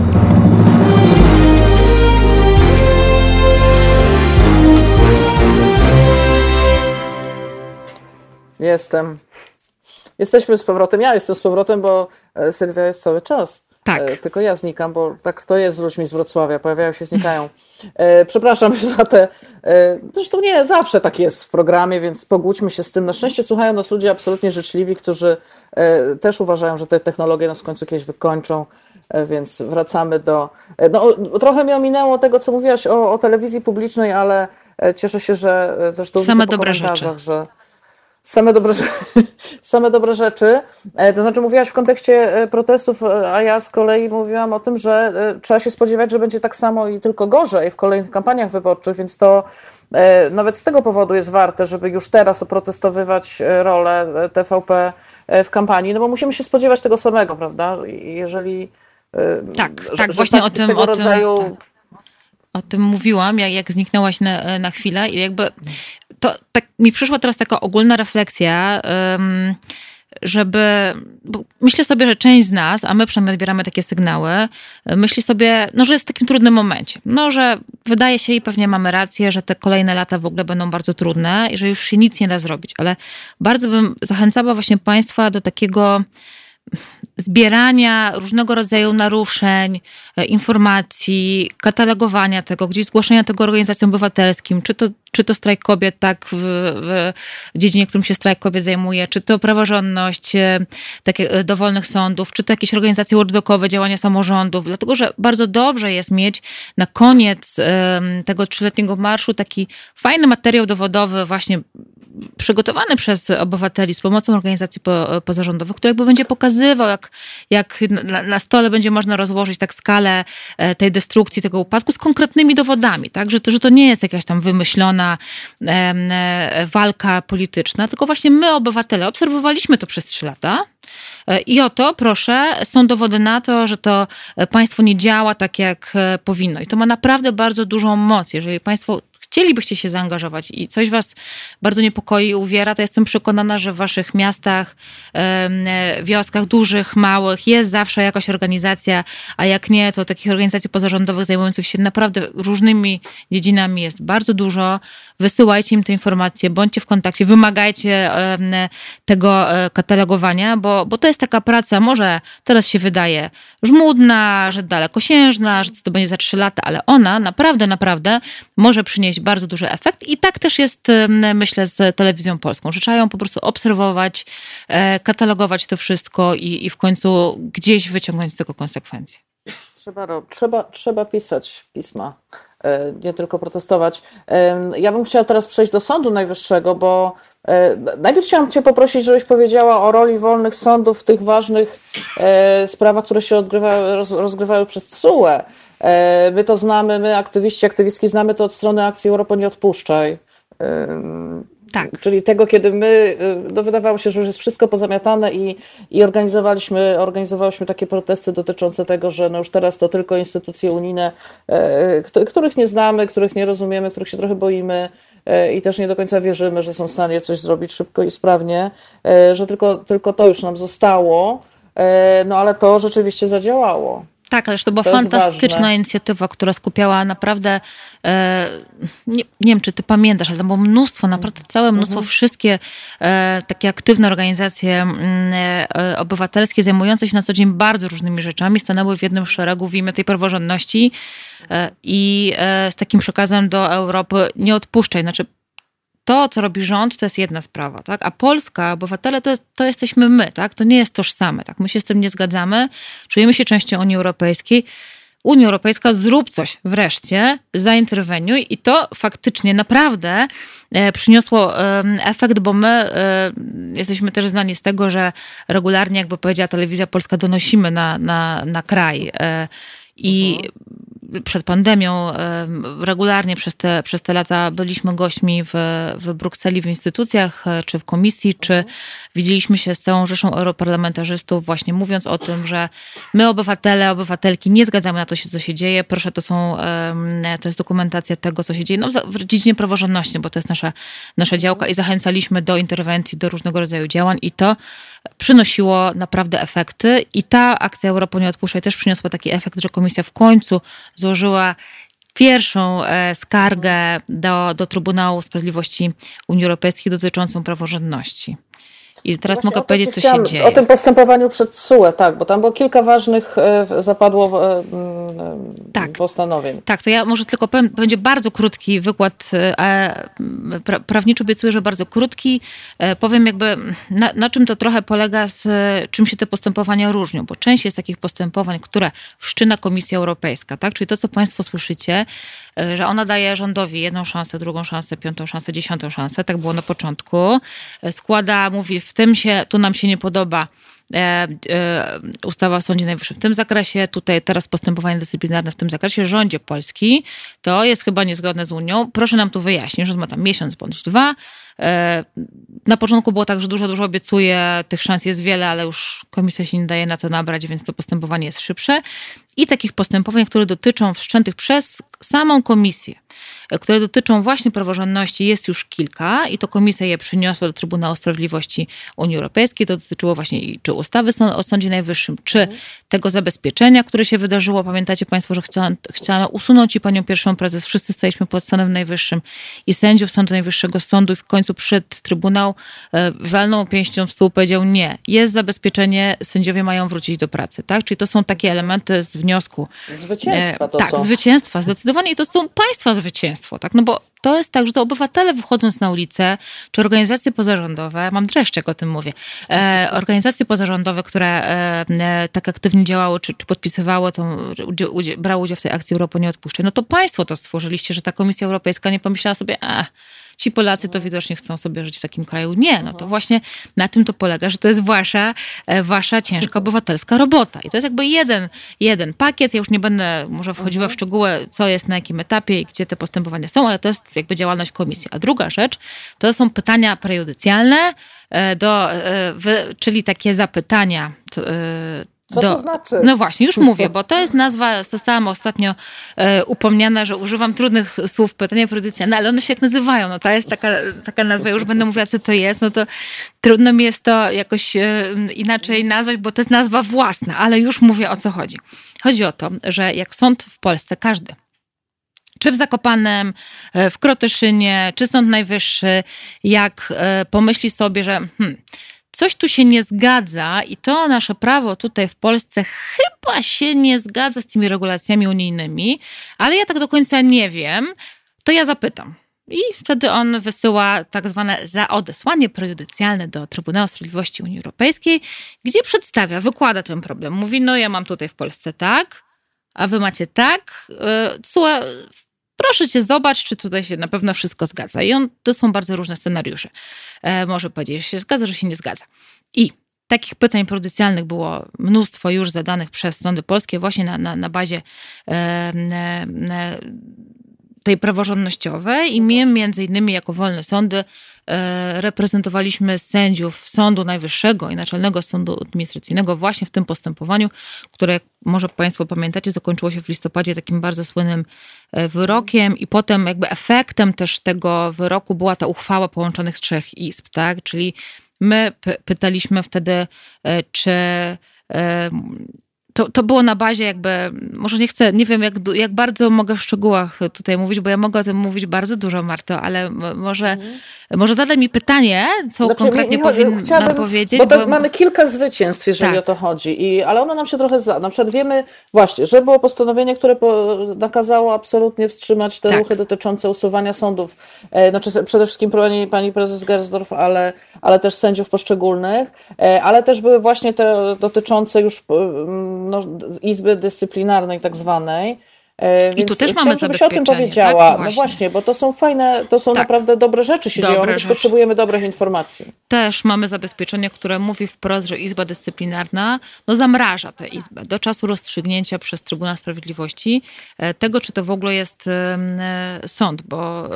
Jestem. Jesteśmy z powrotem. Ja jestem z powrotem, bo Sylwia jest cały czas. Tak. Tylko ja znikam, bo tak to jest z ludźmi z Wrocławia. Pojawiają się, znikają. Przepraszam za te... Zresztą nie zawsze tak jest w programie, więc pogódźmy się z tym. Na szczęście słuchają nas ludzie absolutnie życzliwi, którzy też uważają, że te technologie nas w końcu kiedyś wykończą, więc wracamy do... No, trochę mnie ominęło tego, co mówiłaś o, o telewizji publicznej, ale cieszę się, że zresztą Same widzę po dobre komentarzach, rzeczy. że Same dobre, same dobre rzeczy. To znaczy mówiłaś w kontekście protestów, a ja z kolei mówiłam o tym, że trzeba się spodziewać, że będzie tak samo i tylko gorzej w kolejnych kampaniach wyborczych, więc to nawet z tego powodu jest warte, żeby już teraz oprotestowywać rolę T V P w kampanii, no bo musimy się spodziewać tego samego, prawda? Jeżeli... Tak, że, tak, że właśnie tak, o tym... tego o rodzaju... tym, tak. o tym mówiłam, jak, jak zniknęłaś na, na chwilę i jakby to tak mi przyszła teraz taka ogólna refleksja, um, żeby, bo myślę sobie, że część z nas, a my przynajmniej odbieramy takie sygnały, myśli sobie, no, że jest w takim trudnym momencie. No, że wydaje się i pewnie mamy rację, że te kolejne lata w ogóle będą bardzo trudne i że już się nic nie da zrobić, ale bardzo bym zachęcała właśnie Państwa do takiego zbierania różnego rodzaju naruszeń, informacji, katalogowania tego, gdzieś zgłaszania tego organizacjom obywatelskim, czy to, czy to strajk kobiet, tak, w, w dziedzinie, którym się strajk kobiet zajmuje, czy to praworządność, takie dowolnych sądów, czy to jakieś organizacje watchdogowe, działania samorządów, dlatego, że bardzo dobrze jest mieć na koniec tego trzyletniego marszu taki fajny materiał dowodowy właśnie przygotowany przez obywateli z pomocą organizacji po, pozarządowych, który jakby będzie pokazywał, jak, jak na, na stole będzie można rozłożyć tak skalę tej destrukcji, tego upadku z konkretnymi dowodami, tak? Że to, że to nie jest jakaś tam wymyślona e, walka polityczna, tylko właśnie my, obywatele, obserwowaliśmy to przez trzy lata. I oto, proszę, są dowody na to, że to państwo nie działa tak, jak powinno. I to ma naprawdę bardzo dużą moc. Jeżeli państwo chcielibyście się zaangażować i coś was bardzo niepokoi i uwiera, to jestem przekonana, że w waszych miastach, wioskach dużych, małych jest zawsze jakaś organizacja, a jak nie, to takich organizacji pozarządowych zajmujących się naprawdę różnymi dziedzinami jest bardzo dużo. Wysyłajcie im te informacje, bądźcie w kontakcie, wymagajcie tego katalogowania, bo, bo to jest taka praca, może teraz się wydaje żmudna, że dalekosiężna, że to będzie za trzy lata, ale ona naprawdę, naprawdę może przynieść bardzo duży efekt i tak też jest, myślę, z telewizją polską, że trzeba ją po prostu obserwować, katalogować to wszystko i, i w końcu gdzieś wyciągnąć z tego konsekwencje. Trzeba, trzeba, trzeba pisać pisma, nie tylko protestować. Ja bym chciała teraz przejść do Sądu Najwyższego, bo najpierw chciałam Cię poprosić, żebyś powiedziała o roli wolnych sądów w tych ważnych sprawach, które się odgrywały, rozgrywały przez T S U E. My to znamy, my aktywiści, aktywistki znamy to od strony akcji Europa nie odpuszczaj. Tak. Czyli tego, kiedy my, no wydawało się, że już jest wszystko pozamiatane i, i organizowaliśmy, organizowałyśmy takie protesty dotyczące tego, że no już teraz to tylko instytucje unijne, których nie znamy, których nie rozumiemy, których się trochę boimy i też nie do końca wierzymy, że są w stanie coś zrobić szybko i sprawnie, że tylko, tylko to już nam zostało, no ale to rzeczywiście zadziałało. Tak, ależ to była to fantastyczna inicjatywa, która skupiała naprawdę, e, nie, nie wiem, czy ty pamiętasz, ale tam było mnóstwo, naprawdę całe mnóstwo, mhm. wszystkie e, takie aktywne organizacje e, obywatelskie zajmujące się na co dzień bardzo różnymi rzeczami stanęły w jednym szeregu w imię tej praworządności e, i e, z takim przekazem do Europy nie odpuszczaj, znaczy to, co robi rząd, to jest jedna sprawa, tak? A Polska, obywatele, to, jest, to jesteśmy my, tak? To nie jest tożsame, tak? My się z tym nie zgadzamy, czujemy się częścią Unii Europejskiej. Unia Europejska, zrób coś wreszcie, zainterweniuj i to faktycznie naprawdę przyniosło efekt, bo my jesteśmy też znani z tego, że regularnie, jakby powiedziała Telewizja Polska, donosimy na, na, na kraj i mhm. przed pandemią regularnie przez te, przez te lata byliśmy gośćmi w, w Brukseli, w instytucjach, czy w komisji, czy widzieliśmy się z całą rzeszą europarlamentarzystów właśnie mówiąc o tym, że my obywatele, obywatelki nie zgadzamy na to, co się dzieje. Proszę, to są, to jest dokumentacja tego, co się dzieje no, w dziedzinie praworządności, bo to jest nasza, nasza działka i zachęcaliśmy do interwencji, do różnego rodzaju działań i to przynosiło naprawdę efekty i ta akcja Europa nie odpuszczaj też przyniosła taki efekt, że komisja w końcu złożyła pierwszą skargę do, do Trybunału Sprawiedliwości Unii Europejskiej dotyczącą praworządności. I teraz Właśnie mogę powiedzieć, co się dzieje. O tym postępowaniu przed T S U E, tak, bo tam było kilka ważnych zapadło tak, postanowień. Tak, to ja może tylko powiem, będzie bardzo krótki wykład, pra, prawniczy obiecuję, że bardzo krótki. Powiem jakby, na, na czym to trochę polega, z czym się te postępowania różnią, bo część jest takich postępowań, które wszczyna Komisja Europejska, tak, czyli to, co Państwo słyszycie, że ona daje rządowi jedną szansę, drugą szansę, piątą szansę, dziesiątą szansę, tak było na początku. Składa, mówi, w tym się, tu nam się nie podoba e, e, ustawa o Sądzie Najwyższym w tym zakresie, tutaj teraz postępowanie dyscyplinarne w tym zakresie, rządzie Polski, to jest chyba niezgodne z Unią, proszę nam tu wyjaśnić, rząd ma tam miesiąc bądź dwa, Na początku było tak, że dużo, dużo obiecuje, tych szans jest wiele, ale już komisja się nie daje na to nabrać, więc to postępowanie jest szybsze. I takich postępowań, które dotyczą wszczętych przez samą komisję, które dotyczą właśnie praworządności, jest już kilka i to komisja je przyniosła do Trybunału Sprawiedliwości Unii Europejskiej. To dotyczyło właśnie czy ustawy o Sądzie Najwyższym, czy mhm. tego zabezpieczenia, które się wydarzyło. Pamiętacie Państwo, że chciano, chciano usunąć i panią pierwszą prezes. Wszyscy staliśmy pod Sądem Najwyższym i sędziów Sądu Najwyższego Sądu i w końcu przed Trybunał walnął pięścią w stół, powiedział nie, jest zabezpieczenie, sędziowie mają wrócić do pracy. Tak? Czyli to są takie elementy z wniosku. Zwycięstwa to Tak, są. zwycięstwa, zdecydowanie i to są państwa zwycięstwo, tak? No bo to jest tak, że to obywatele wychodząc na ulicę, czy organizacje pozarządowe, mam dreszcz, jak o tym mówię, e, organizacje pozarządowe, które e, tak aktywnie działały, czy, czy podpisywały, to udzie, udzie, brały udział w tej akcji Europa nie odpuszczaj, no to państwo to stworzyliście, że ta Komisja Europejska nie pomyślała sobie, a ci Polacy to widocznie chcą sobie żyć w takim kraju. Nie, no to właśnie na tym to polega, że to jest wasza, wasza ciężka obywatelska robota. I to jest jakby jeden, jeden pakiet. Ja już nie będę może wchodziła w szczegóły, co jest na jakim etapie i gdzie te postępowania są, ale to jest jakby działalność komisji. A druga rzecz, to są pytania prejudycjalne, do, czyli takie zapytania, Co Do, to znaczy? No właśnie, już mówię, bo to jest nazwa, zostałam ostatnio e, upomniana, że używam trudnych słów, pytania prejudycjalne, ale one się jak nazywają, no to jest taka, taka nazwa, już będę mówiła, co to jest, no to trudno mi jest to jakoś e, inaczej nazwać, bo to jest nazwa własna, ale już mówię, o co chodzi. Chodzi o to, że jak sąd w Polsce, każdy, czy w Zakopanem, w Krotyszynie, czy Sąd Najwyższy, jak e, pomyśli sobie, że hmm, coś tu się nie zgadza i to nasze prawo tutaj w Polsce chyba się nie zgadza z tymi regulacjami unijnymi, ale ja tak do końca nie wiem, to ja zapytam. I wtedy on wysyła tak zwane zaodesłanie prejudycjalne do Trybunału Sprawiedliwości Unii Europejskiej, gdzie przedstawia, wykłada ten problem. Mówi, no ja mam tutaj w Polsce tak, a wy macie tak. Słuchaj, proszę cię, zobacz, czy tutaj się na pewno wszystko zgadza. I on, to są bardzo różne scenariusze. E, może powiedzieć, że się zgadza, że się nie zgadza. I takich pytań prejudycjalnych było mnóstwo już zadanych przez sądy polskie właśnie na, na, na bazie e, e, tej praworządnościowej i my między innymi jako wolne sądy e, reprezentowaliśmy sędziów Sądu Najwyższego i Naczelnego Sądu Administracyjnego właśnie w tym postępowaniu, które, jak może Państwo pamiętacie, zakończyło się w listopadzie takim bardzo słynnym wyrokiem i potem jakby efektem też tego wyroku była ta uchwała połączonych trzech izb, tak? Czyli my p- pytaliśmy wtedy, czy e, To, to było na bazie jakby, może nie chcę, nie wiem jak, jak bardzo mogę w szczegółach tutaj mówić, bo ja mogę o tym mówić bardzo dużo, Marto, ale może, mm. może zadaj mi pytanie, co znaczy, konkretnie powinnam powiedzieć. Bo, bo mamy kilka zwycięstw, jeżeli tak. o to chodzi, I, ale one nam się trochę zda. Na przykład wiemy właśnie, że było postanowienie, które po, nakazało absolutnie wstrzymać te tak. ruchy dotyczące usuwania sądów. Znaczy przede wszystkim pani, pani prezes Gersdorf, ale, ale też sędziów poszczególnych, ale też były właśnie te dotyczące już no, Izby Dyscyplinarnej tak zwanej. Więc I tu też mamy żebyś o tym powiedziała. Tak? Właśnie. No właśnie, bo to są fajne, to są tak. naprawdę dobre rzeczy się dobre dzieją, my też potrzebujemy dobrych informacji. Też mamy zabezpieczenie, które mówi wprost, że Izba Dyscyplinarna no, zamraża tę Izbę do czasu rozstrzygnięcia przez Trybunał Sprawiedliwości tego, czy to w ogóle jest sąd, bo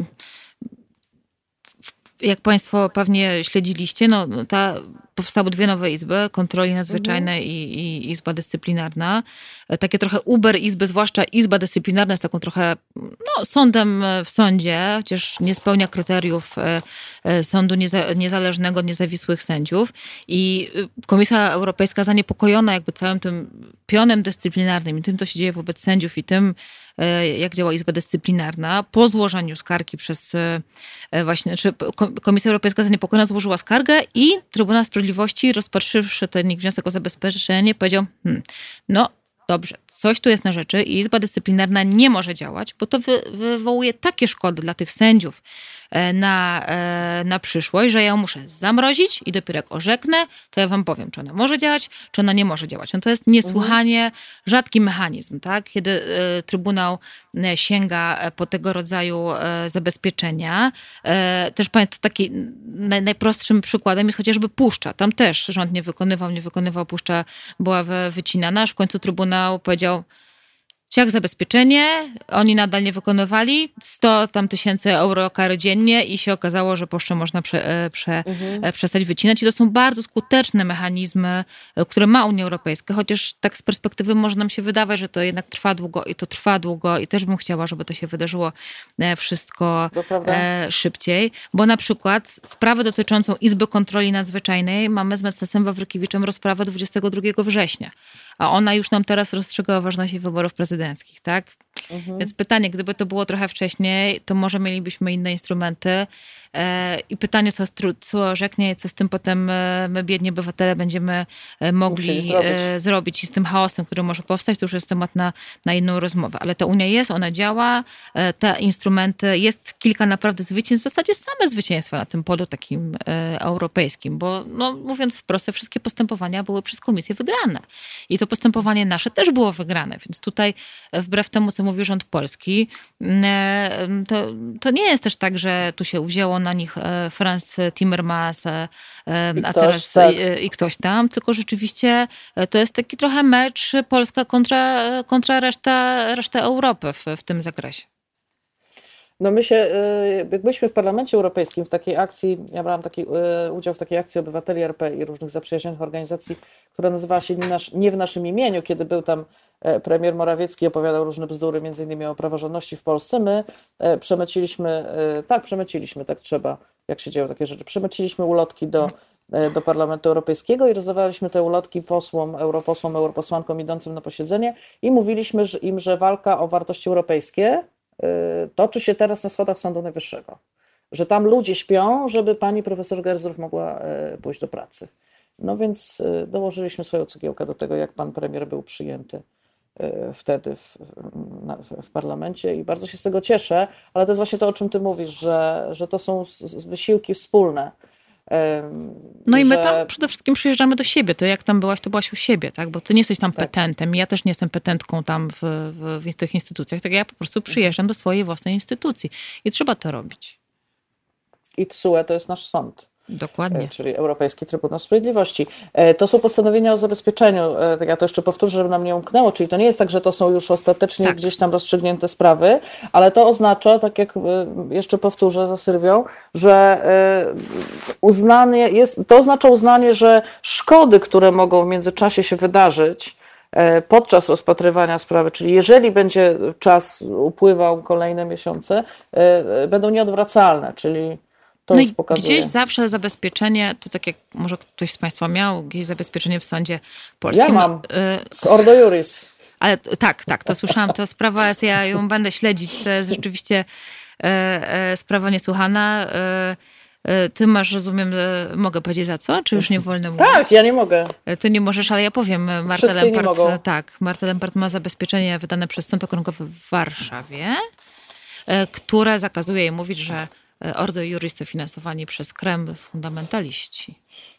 jak Państwo pewnie śledziliście, no ta, powstały dwie nowe izby, kontroli nadzwyczajnej mhm. i, i Izba Dyscyplinarna. Takie trochę Uber izby, zwłaszcza Izba Dyscyplinarna jest taką trochę no, sądem w sądzie, chociaż nie spełnia kryteriów sądu nieza, niezależnego, niezawisłych sędziów. I Komisja Europejska zaniepokojona jakby całym tym pionem dyscyplinarnym i tym, co się dzieje wobec sędziów i tym, jak działa Izba Dyscyplinarna, po złożeniu skargi przez właśnie, czy Komisja Europejska zaniepokojona złożyła skargę i Trybunał Sprawiedliwości, rozpatrzywszy ten ich wniosek o zabezpieczenie, powiedział, hmm, no dobrze, coś tu jest na rzeczy i Izba Dyscyplinarna nie może działać, bo to wy, wywołuje takie szkody dla tych sędziów na, na przyszłość, że ja ją muszę zamrozić i dopiero jak orzeknę, to ja wam powiem, czy ona może działać, czy ona nie może działać. No to jest niesłychanie rzadki mechanizm, tak? Kiedy Trybunał sięga po tego rodzaju zabezpieczenia. Też pamiętam, taki najprostszym przykładem jest chociażby puszcza. Tam też rząd nie wykonywał, nie wykonywał, puszcza była wycinana, aż w końcu Trybunał powiedział, ciach zabezpieczenie, oni nadal nie wykonywali, sto tam tysięcy euro kary dziennie i się okazało, że poszcze można prze, prze, mhm. przestać wycinać. I to są bardzo skuteczne mechanizmy, które ma Unia Europejska, chociaż tak z perspektywy może nam się wydawać, że to jednak trwa długo i to trwa długo i też bym chciała, żeby to się wydarzyło wszystko szybciej, bo na przykład sprawę dotyczącą Izby Kontroli Nadzwyczajnej mamy z Mecesem Wawrykiewiczem rozprawę dwudziestego drugiego września, a ona już nam teraz rozstrzyga o ważności wyborów prezydenckich, tak? Mhm. Więc pytanie, gdyby to było trochę wcześniej, to może mielibyśmy inne instrumenty. I pytanie, co, co orzeknie, co z tym potem my, biedni obywatele, będziemy mogli zrobić. zrobić i z tym chaosem, który może powstać, to już jest temat na, na inną rozmowę. Ale ta Unia jest, ona działa, te instrumenty, jest kilka naprawdę zwycięstw, w zasadzie same zwycięstwa na tym polu takim europejskim, bo no, mówiąc wprost, te wszystkie postępowania były przez Komisję wygrane. I to postępowanie nasze też było wygrane, więc tutaj wbrew temu, co mówi rząd polski, to, to nie jest też tak, że tu się wzięło na nich Franz Timmermans, a ktoś, teraz tak. i, i ktoś tam, tylko rzeczywiście to jest taki trochę mecz Polska kontra, kontra reszta, reszta Europy w, w tym zakresie. No my się, jak byliśmy w Parlamencie Europejskim w takiej akcji, ja brałam taki udział w takiej akcji obywateli R P i różnych zaprzyjaźnionych organizacji, która nazywała się Nie w naszym imieniu, kiedy był tam premier Morawiecki, opowiadał różne bzdury, między innymi o praworządności w Polsce. My przemyciliśmy, tak, przemyciliśmy, tak trzeba, jak się dzieją takie rzeczy, przemyciliśmy ulotki do, do Parlamentu Europejskiego i rozdawaliśmy te ulotki posłom, europosłom, europosłankom idącym na posiedzenie i mówiliśmy im, że walka o wartości europejskie toczy się teraz na schodach Sądu Najwyższego. Że tam ludzie śpią, żeby pani profesor Gersdorf mogła pójść do pracy. No więc dołożyliśmy swoją cegiełkę do tego, jak pan premier był przyjęty wtedy w, w, w parlamencie i bardzo się z tego cieszę, ale to jest właśnie to, o czym ty mówisz, że, że to są wysiłki wspólne. No i my że... tam przede wszystkim przyjeżdżamy do siebie. To jak tam byłaś, to byłaś u siebie, tak? Bo ty nie jesteś tam tak. petentem. Ja też nie jestem petentką tam w, w, w tych instytucjach. Tak ja po prostu przyjeżdżam do swojej własnej instytucji. I trzeba to robić. I T S U E to jest nasz sąd. Dokładnie. Czyli Europejski Trybunał Sprawiedliwości. To są postanowienia o zabezpieczeniu. Ja to jeszcze powtórzę, żeby nam nie umknęło, czyli to nie jest tak, że to są już ostatecznie tak. gdzieś tam rozstrzygnięte sprawy, ale to oznacza, tak jak jeszcze powtórzę za Sylwią, że uznanie jest, to oznacza uznanie, że szkody, które mogą w międzyczasie się wydarzyć podczas rozpatrywania sprawy, czyli jeżeli będzie czas upływał kolejne miesiące, będą nieodwracalne, czyli to no już i pokazuje. Gdzieś zawsze zabezpieczenie, to tak jak może ktoś z Państwa miał, gdzieś zabezpieczenie w sądzie polskim. Ja mam, no, y- z Ordo Juris. Ale tak, tak, to słyszałam, to sprawa jest, ja ją będę śledzić, to jest rzeczywiście y, y, sprawa niesłychana. Y, y, ty masz, rozumiem, y, mogę powiedzieć za co? Czy już nie wolno mówić? Tak, ja nie mogę. Ty nie możesz, ale ja powiem. Marta Wszyscy Lempart, nie mogą. tak, Marta Lempart ma zabezpieczenie wydane przez Sąd Okręgowy w Warszawie, y, które zakazuje jej mówić, że Ordo Juris to finansowanie przez Kreml fundamentaliści.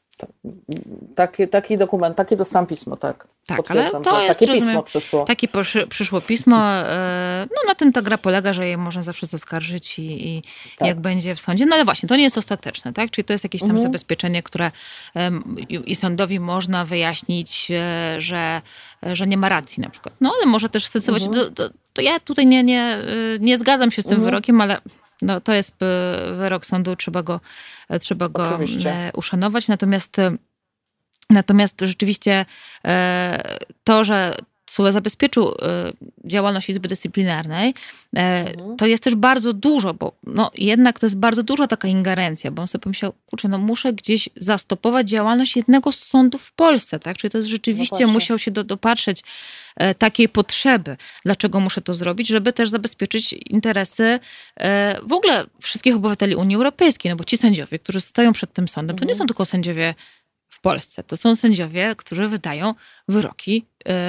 Taki, taki dokument, takie dostałam pismo, tak. Tak, ale to jest, takie rozumiem, pismo przyszło. Takie poszy, przyszło pismo. No na tym ta gra polega, że je można zawsze zaskarżyć i, i tak. jak będzie w sądzie. No ale właśnie, to nie jest ostateczne, tak? Czyli to jest jakieś tam mhm. zabezpieczenie, które i sądowi można wyjaśnić, że, że nie ma racji na przykład. No ale może też stosować. Mhm. To, to, to ja tutaj nie, nie, nie zgadzam się z tym mhm. wyrokiem, ale no, to jest wyrok sądu, trzeba go, trzeba go Oczywiście. uszanować. Natomiast, natomiast rzeczywiście to, że T S U E zabezpieczył działalność Izby Dyscyplinarnej, mhm. to jest też bardzo dużo, bo no, jednak to jest bardzo dużo taka ingerencja, bo on sobie pomyślał, kurczę, no muszę gdzieś zastopować działalność jednego z sądów w Polsce, tak? Czyli to jest rzeczywiście, no musiał się do, dopatrzeć takiej potrzeby, dlaczego muszę to zrobić, żeby też zabezpieczyć interesy w ogóle wszystkich obywateli Unii Europejskiej, no bo ci sędziowie, którzy stoją przed tym sądem, to nie są tylko sędziowie w Polsce, to są sędziowie, którzy wydają wyroki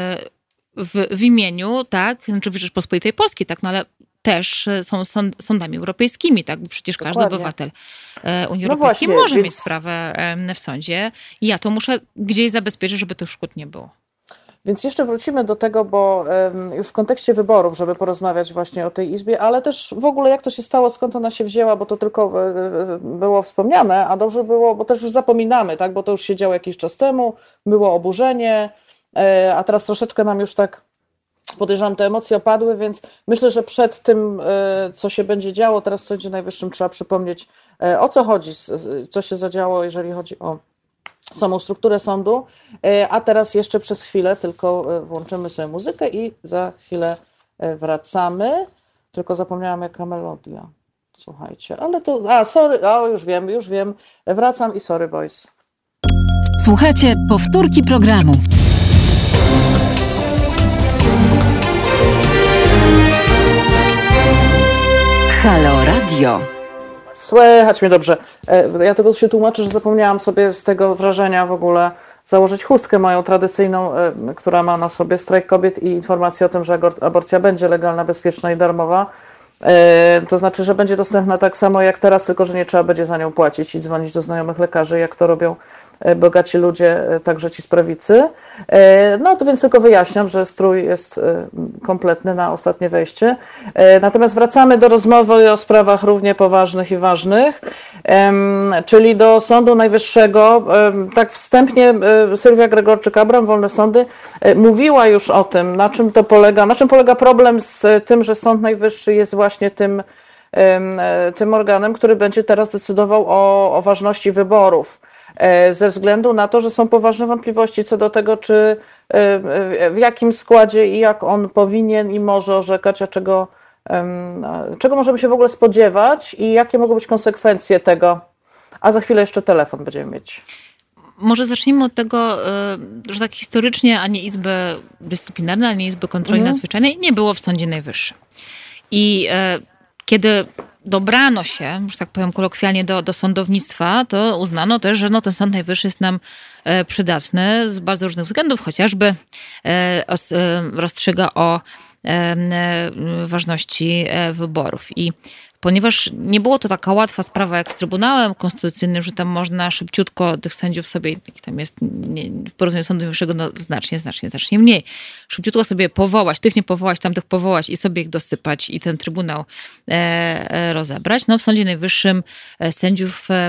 w, w imieniu, tak, znaczy w Rzeczypospolitej Polskiej, tak, no ale też są sąd, sądami europejskimi, tak, bo przecież każdy Dokładnie. obywatel Unii no Europejskiej właśnie, może więc... mieć sprawę w sądzie i ja to muszę gdzieś zabezpieczyć, żeby tych szkód nie było. Więc jeszcze wrócimy do tego, bo już w kontekście wyborów, żeby porozmawiać właśnie o tej Izbie, ale też w ogóle jak to się stało, skąd ona się wzięła, bo to tylko było wspomniane, a dobrze było, bo też już zapominamy, tak, bo to już się działo jakiś czas temu, było oburzenie, a teraz troszeczkę nam już tak podejrzewam, te emocje opadły, więc myślę, że przed tym, co się będzie działo teraz w Sądzie Najwyższym, trzeba przypomnieć, o co chodzi, co się zadziało, jeżeli chodzi o samą strukturę sądu. A teraz jeszcze przez chwilę tylko włączymy sobie muzykę i za chwilę wracamy. Tylko zapomniałam, jaka melodia. Słuchajcie, ale to... A, sorry, o, już wiem, już wiem. Wracam i sorry, boys. Słuchajcie, powtórki programu. Halo Radio. Słychać mnie dobrze. Ja tego się tłumaczę, że zapomniałam sobie z tego wrażenia w ogóle założyć chustkę moją tradycyjną, która ma na sobie strajk kobiet i informację o tym, że aborcja będzie legalna, bezpieczna i darmowa. To znaczy, że będzie dostępna tak samo jak teraz, tylko że nie trzeba będzie za nią płacić i dzwonić do znajomych lekarzy, jak to robią bogaci ludzie, także ci z prawicy. No to więc tylko wyjaśniam, że strój jest kompletny na ostatnie wejście. Natomiast wracamy do rozmowy o sprawach równie poważnych i ważnych, czyli do Sądu Najwyższego. Tak wstępnie Sylwia Gregorczyk-Abram, Wolne Sądy, mówiła już o tym, na czym to polega, na czym polega problem z tym, że Sąd Najwyższy jest właśnie tym, tym organem, który będzie teraz decydował o, o ważności wyborów. Ze względu na to, że są poważne wątpliwości co do tego, czy w jakim składzie i jak on powinien i może orzekać, a czego, czego możemy się w ogóle spodziewać i jakie mogą być konsekwencje tego. A za chwilę jeszcze telefon będziemy mieć. Może zacznijmy od tego, że tak historycznie ani Izby Dyscyplinarnej, ani Izby Kontroli mhm. Nadzwyczajnej nie było w Sądzie Najwyższym. I kiedy dobrano się, że tak powiem kolokwialnie, do, do sądownictwa, to uznano też, że no, ten Sąd Najwyższy jest nam e, przydatny z bardzo różnych względów, chociażby e, os, e, rozstrzyga o e, e, ważności e, wyborów. I ponieważ nie było to taka łatwa sprawa jak z Trybunałem Konstytucyjnym, że tam można szybciutko tych sędziów sobie, tam jest nie, w porównaniu z Sądem Najwyższego no, znacznie, znacznie, znacznie mniej, szybciutko sobie powołać, tych nie powołać, tamtych powołać i sobie ich dosypać i ten Trybunał e, e, rozebrać. No w Sądzie Najwyższym e, sędziów e,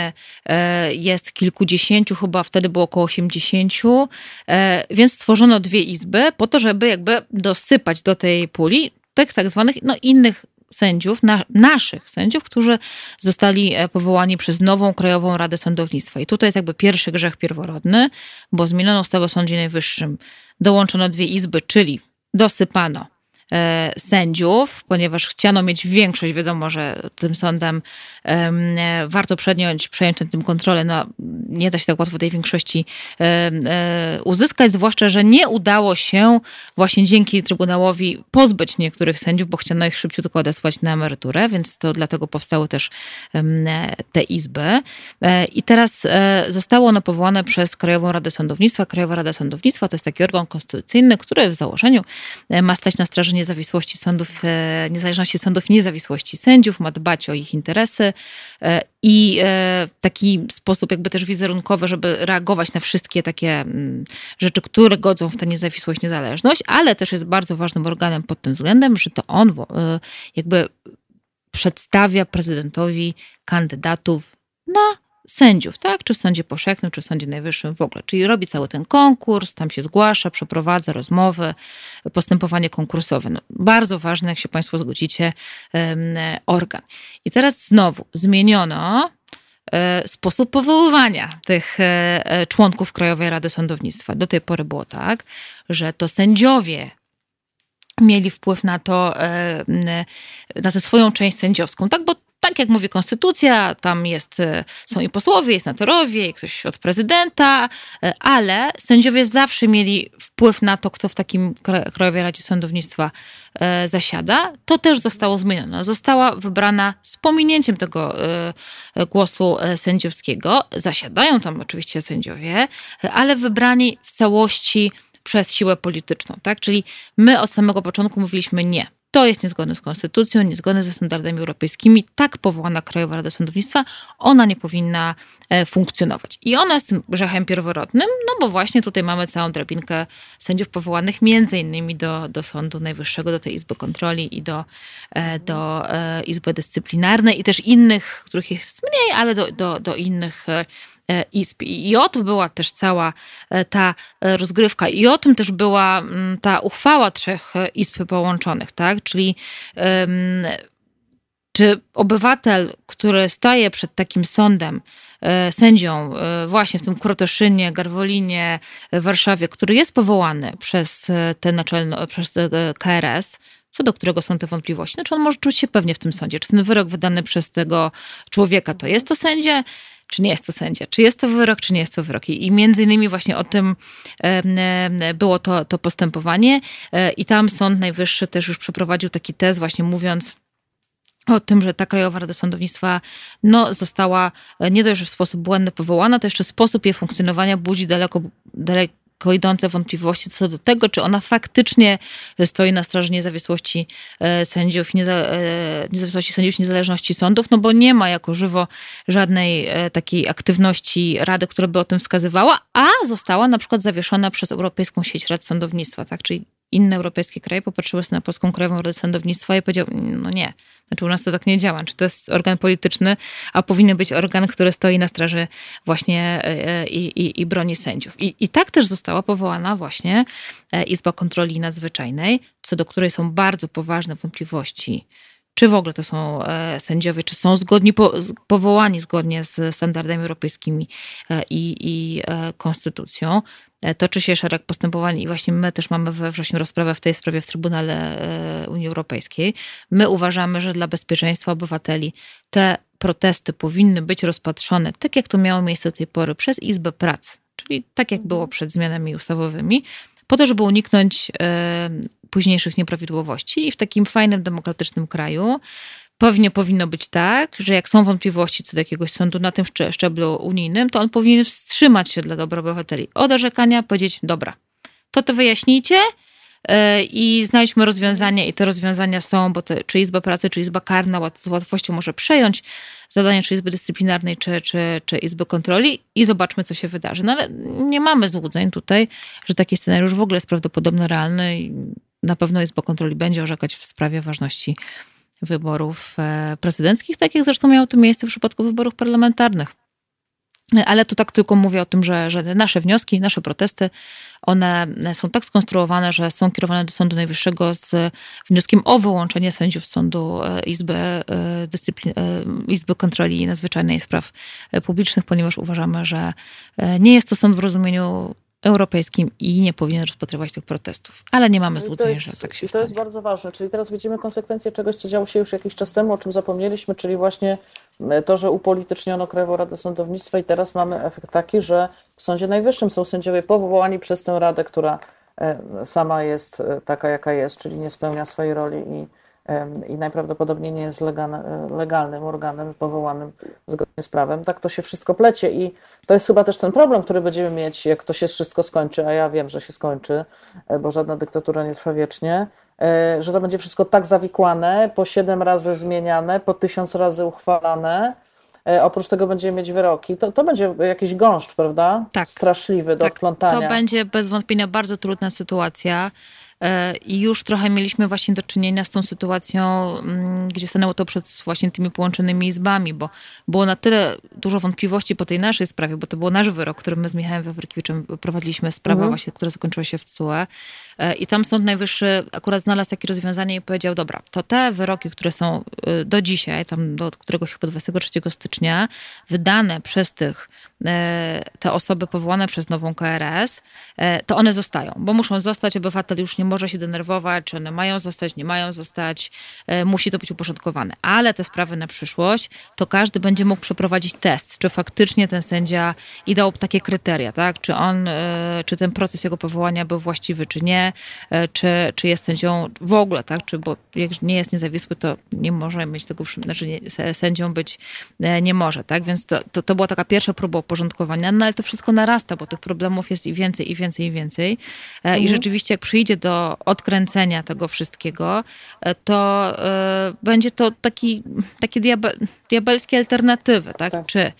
e, jest kilkudziesięciu, chyba wtedy było około osiemdziesięciu, e, więc stworzono dwie izby po to, żeby jakby dosypać do tej puli tych tak zwanych no, innych sędziów, na, naszych sędziów, którzy zostali powołani przez nową Krajową Radę Sądownictwa. I tutaj jest jakby pierwszy grzech pierworodny, bo zmieniono ustawę o Sądzie Najwyższym, dołączono dwie izby, czyli dosypano e, sędziów, ponieważ chciano mieć większość, wiadomo, że tym sądem e, warto przejąć, przejąć nad tym kontrolę, no nie da się tak łatwo tej większości e, e, uzyskać, zwłaszcza, że nie udało się właśnie dzięki Trybunałowi pozbyć niektórych sędziów, bo chciano ich szybciutko odesłać na emeryturę, więc to dlatego powstały też e, te izby. E, I teraz e, zostało ono powołane przez Krajową Radę Sądownictwa. Krajowa Rada Sądownictwa to jest taki organ konstytucyjny, który w założeniu ma stać na straży niezawisłości sądów, e, niezależności sądów i niezawisłości sędziów, ma dbać o ich interesy i w taki sposób jakby też wizerunkowy, żeby reagować na wszystkie takie rzeczy, które godzą w tę niezawisłość, niezależność, ale też jest bardzo ważnym organem pod tym względem, że to on jakby przedstawia prezydentowi kandydatów na sędziów, tak? Czy w Sądzie Powszechnym, czy w Sądzie Najwyższym w ogóle. Czyli robi cały ten konkurs, tam się zgłasza, przeprowadza rozmowy, postępowanie konkursowe. No, bardzo ważny, jak się Państwo zgodzicie, um, organ. I teraz znowu zmieniono e, sposób powoływania tych e, członków Krajowej Rady Sądownictwa. Do tej pory było tak, że to sędziowie mieli wpływ na to, e, na tę swoją część sędziowską, tak? Bo tak jak mówi konstytucja, tam jest, są i posłowie, jest senatorowie, i ktoś od prezydenta, ale sędziowie zawsze mieli wpływ na to, kto w takim Krajowej Radzie Sądownictwa zasiada. To też zostało zmienione. Została wybrana z pominięciem tego głosu sędziowskiego. Zasiadają tam oczywiście sędziowie, ale wybrani w całości przez siłę polityczną. Tak? Czyli my od samego początku mówiliśmy nie. To jest niezgodne z konstytucją, niezgodne ze standardami europejskimi. Tak powołana Krajowa Rada Sądownictwa, ona nie powinna funkcjonować. I ona jest tym grzechem pierworodnym, no bo właśnie tutaj mamy całą drabinkę sędziów powołanych między innymi do, do Sądu Najwyższego, do tej Izby Kontroli i do, do Izby Dyscyplinarnej i też innych, których jest mniej, ale do, do, do innych izb. I o to była też cała ta rozgrywka i o tym też była ta uchwała trzech izb połączonych, tak? Czyli um, czy obywatel, który staje przed takim sądem, sędzią właśnie w tym Krotoszynie, Garwolinie, Warszawie, który jest powołany przez te naczelne, przez K R S, co do którego są te wątpliwości, no, czy on może czuć się pewnie w tym sądzie, czy ten wyrok wydany przez tego człowieka to jest to sędzia, czy nie jest to sędzia, czy jest to wyrok, czy nie jest to wyrok. I między innymi właśnie o tym było to, to postępowanie i tam Sąd Najwyższy też już przeprowadził taki test właśnie mówiąc o tym, że ta Krajowa Rada Sądownictwa no, została nie dość, że w sposób błędny powołana, to jeszcze sposób jej funkcjonowania budzi daleko, daleko idące wątpliwości co do tego, czy ona faktycznie stoi na straży niezawisłości sędziów, niezawisłości sędziów, niezależności sądów, no bo nie ma jako żywo żadnej takiej aktywności Rady, która by o tym wskazywała, a została na przykład zawieszona przez Europejską Sieć Rad Sądownictwa, tak, czyli inne europejskie kraje popatrzyły na Polską Krajową Radę Sądownictwa i powiedziały, no nie, znaczy u nas to tak nie działa. Czy to jest organ polityczny, a powinien być organ, który stoi na straży właśnie i, i, i broni sędziów. I, I tak też została powołana właśnie Izba Kontroli Nadzwyczajnej, co do której są bardzo poważne wątpliwości, czy w ogóle to są sędziowie, czy są zgodni, powołani zgodnie z standardami europejskimi i, i konstytucją. Toczy się szereg postępowań i właśnie my też mamy we wrześniu rozprawę w tej sprawie w Trybunale Unii Europejskiej. My uważamy, że dla bezpieczeństwa obywateli te protesty powinny być rozpatrzone tak, jak to miało miejsce do tej pory przez Izbę Pracy, czyli tak, jak było przed zmianami ustawowymi, po to, żeby uniknąć późniejszych nieprawidłowości i w takim fajnym, demokratycznym kraju pewnie powinno być tak, że jak są wątpliwości co do jakiegoś sądu na tym szczeblu unijnym, to on powinien wstrzymać się dla dobra obywateli od orzekania, powiedzieć, dobra, to to wyjaśnijcie i znajdźmy rozwiązania i te rozwiązania są, bo te, czy Izba Pracy, czy Izba Karna z łatwością może przejąć zadania czy Izby Dyscyplinarnej, czy, czy, czy Izby Kontroli i zobaczmy, co się wydarzy. No ale nie mamy złudzeń tutaj, że taki scenariusz w ogóle jest prawdopodobno realny i na pewno Izba Kontroli będzie orzekać w sprawie ważności wyborów prezydenckich, tak jak zresztą miało to miejsce w przypadku wyborów parlamentarnych. Ale to tak tylko mówię o tym, że, że nasze wnioski, nasze protesty, one są tak skonstruowane, że są kierowane do Sądu Najwyższego z wnioskiem o wyłączenie sędziów Sądu Izby, Dyscyplin- Izby Kontroli Nadzwyczajnej i Spraw Publicznych, ponieważ uważamy, że nie jest to sąd w rozumieniu europejskim i nie powinien rozpatrywać tych protestów. Ale nie mamy złudzeń, że tak się i to stanie. jest bardzo ważne. Czyli teraz widzimy konsekwencje czegoś, co działo się już jakiś czas temu, o czym zapomnieliśmy, czyli właśnie to, że upolityczniono Krajową Radę Sądownictwa i teraz mamy efekt taki, że w Sądzie Najwyższym są sędziowie powołani przez tę Radę, która sama jest taka, jaka jest, czyli nie spełnia swojej roli i i najprawdopodobniej nie jest legalnym organem powołanym zgodnie z prawem. Tak to się wszystko plecie i to jest chyba też ten problem, który będziemy mieć, jak to się wszystko skończy, a ja wiem, że się skończy, bo żadna dyktatura nie trwa wiecznie, że to będzie wszystko tak zawikłane, po siedem razy zmieniane, po tysiąc razy uchwalane. Oprócz tego będziemy mieć wyroki. To, to będzie jakiś gąszcz, prawda? Tak. Straszliwy do tak. odplątania. To będzie bez wątpienia bardzo trudna sytuacja. I już trochę mieliśmy właśnie do czynienia z tą sytuacją, gdzie stanęło to przed właśnie tymi połączonymi izbami, bo było na tyle dużo wątpliwości po tej naszej sprawie, bo to był nasz wyrok, który my z Michałem Wawrykiewicz prowadziliśmy sprawę mhm. właśnie, która zakończyła się w C U E. I tam Sąd Najwyższy akurat znalazł takie rozwiązanie i powiedział, dobra, to te wyroki, które są do dzisiaj, tam do któregoś chyba dwudziestego trzeciego stycznia, wydane przez tych, te osoby powołane przez nową K R S, to one zostają, bo muszą zostać, obywatel już nie może się denerwować, czy one mają zostać, nie mają zostać, musi to być uporządkowane. Ale te sprawy na przyszłość, to każdy będzie mógł przeprowadzić test, czy faktycznie ten sędzia i dał takie kryteria, tak? Czy on, czy ten proces jego powołania był właściwy, czy nie, czy, czy jest sędzią w ogóle, tak? Czy, bo jak nie jest niezawisły, to nie może mieć tego, znaczy nie, sędzią być nie może, tak? Więc to, to, to była taka pierwsza próba uporządkowania, no ale to wszystko narasta, bo tych problemów jest i więcej, i więcej, i więcej. Mhm. I rzeczywiście jak przyjdzie do odkręcenia tego wszystkiego, to y, będzie to taki, takie diabe, diabelskie alternatywy, tak? tak. Czy y,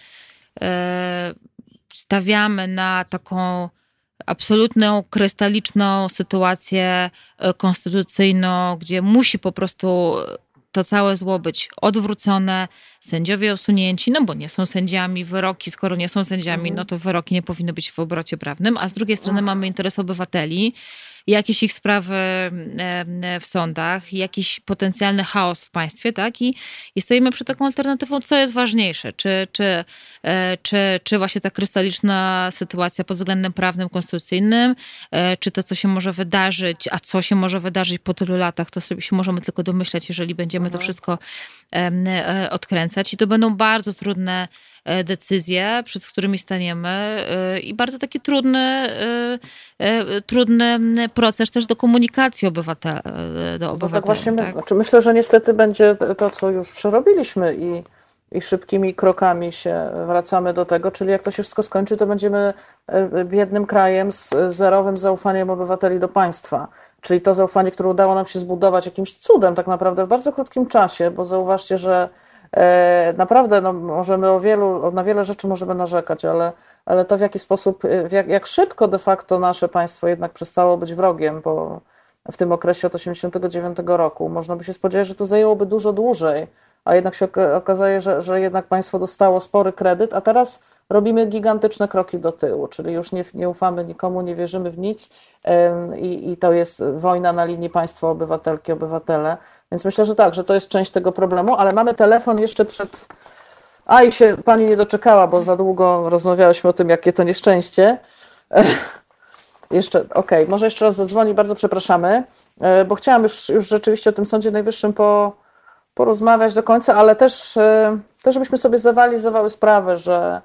stawiamy na taką absolutną, krystaliczną sytuację konstytucyjną, gdzie musi po prostu to całe zło być odwrócone, sędziowie usunięci, no bo nie są sędziami, wyroki, skoro nie są sędziami, no to wyroki nie powinny być w obrocie prawnym, a z drugiej strony mamy interes obywateli, jakieś ich sprawy w sądach, jakiś potencjalny chaos w państwie, tak? I, i stoimy przed taką alternatywą, co jest ważniejsze, czy, czy, czy, czy właśnie ta krystaliczna sytuacja pod względem prawnym, konstytucyjnym, czy to, co się może wydarzyć, a co się może wydarzyć po tylu latach, to sobie się możemy tylko domyślać, jeżeli będziemy to wszystko odkręcać. I to będą bardzo trudne decyzje, przed którymi staniemy i bardzo taki trudny, trudny proces też do komunikacji obywatela, do obywateli. No tak właśnie, tak? My, znaczy myślę, że niestety będzie to, co już przerobiliśmy i, i szybkimi krokami się wracamy do tego, czyli jak to się wszystko skończy, to będziemy biednym krajem z zerowym zaufaniem obywateli do państwa. Czyli to zaufanie, które udało nam się zbudować jakimś cudem tak naprawdę w bardzo krótkim czasie, bo zauważcie, że e, naprawdę no, możemy o wielu, na wiele rzeczy możemy narzekać, ale, ale to w jaki sposób, w jak, jak szybko de facto nasze państwo jednak przestało być wrogiem, bo w tym okresie od osiemdziesiątego dziewiątego roku można by się spodziewać, że to zajęłoby dużo dłużej, a jednak się okazuje, że, że jednak państwo dostało spory kredyt, a teraz robimy gigantyczne kroki do tyłu, czyli już nie, nie ufamy nikomu, nie wierzymy w nic i, i to jest wojna na linii państwo, obywatelki, obywatele. Więc myślę, że tak, że to jest część tego problemu, ale mamy telefon jeszcze przed... A i się pani nie doczekała, bo za długo rozmawiałyśmy o tym, jakie to nieszczęście. Jeszcze, okej, okay, może jeszcze raz zadzwoni, bardzo przepraszamy, bo chciałam już, już rzeczywiście o tym Sądzie Najwyższym po, porozmawiać do końca, ale też, też żebyśmy sobie zdawali, zdawały sprawę, że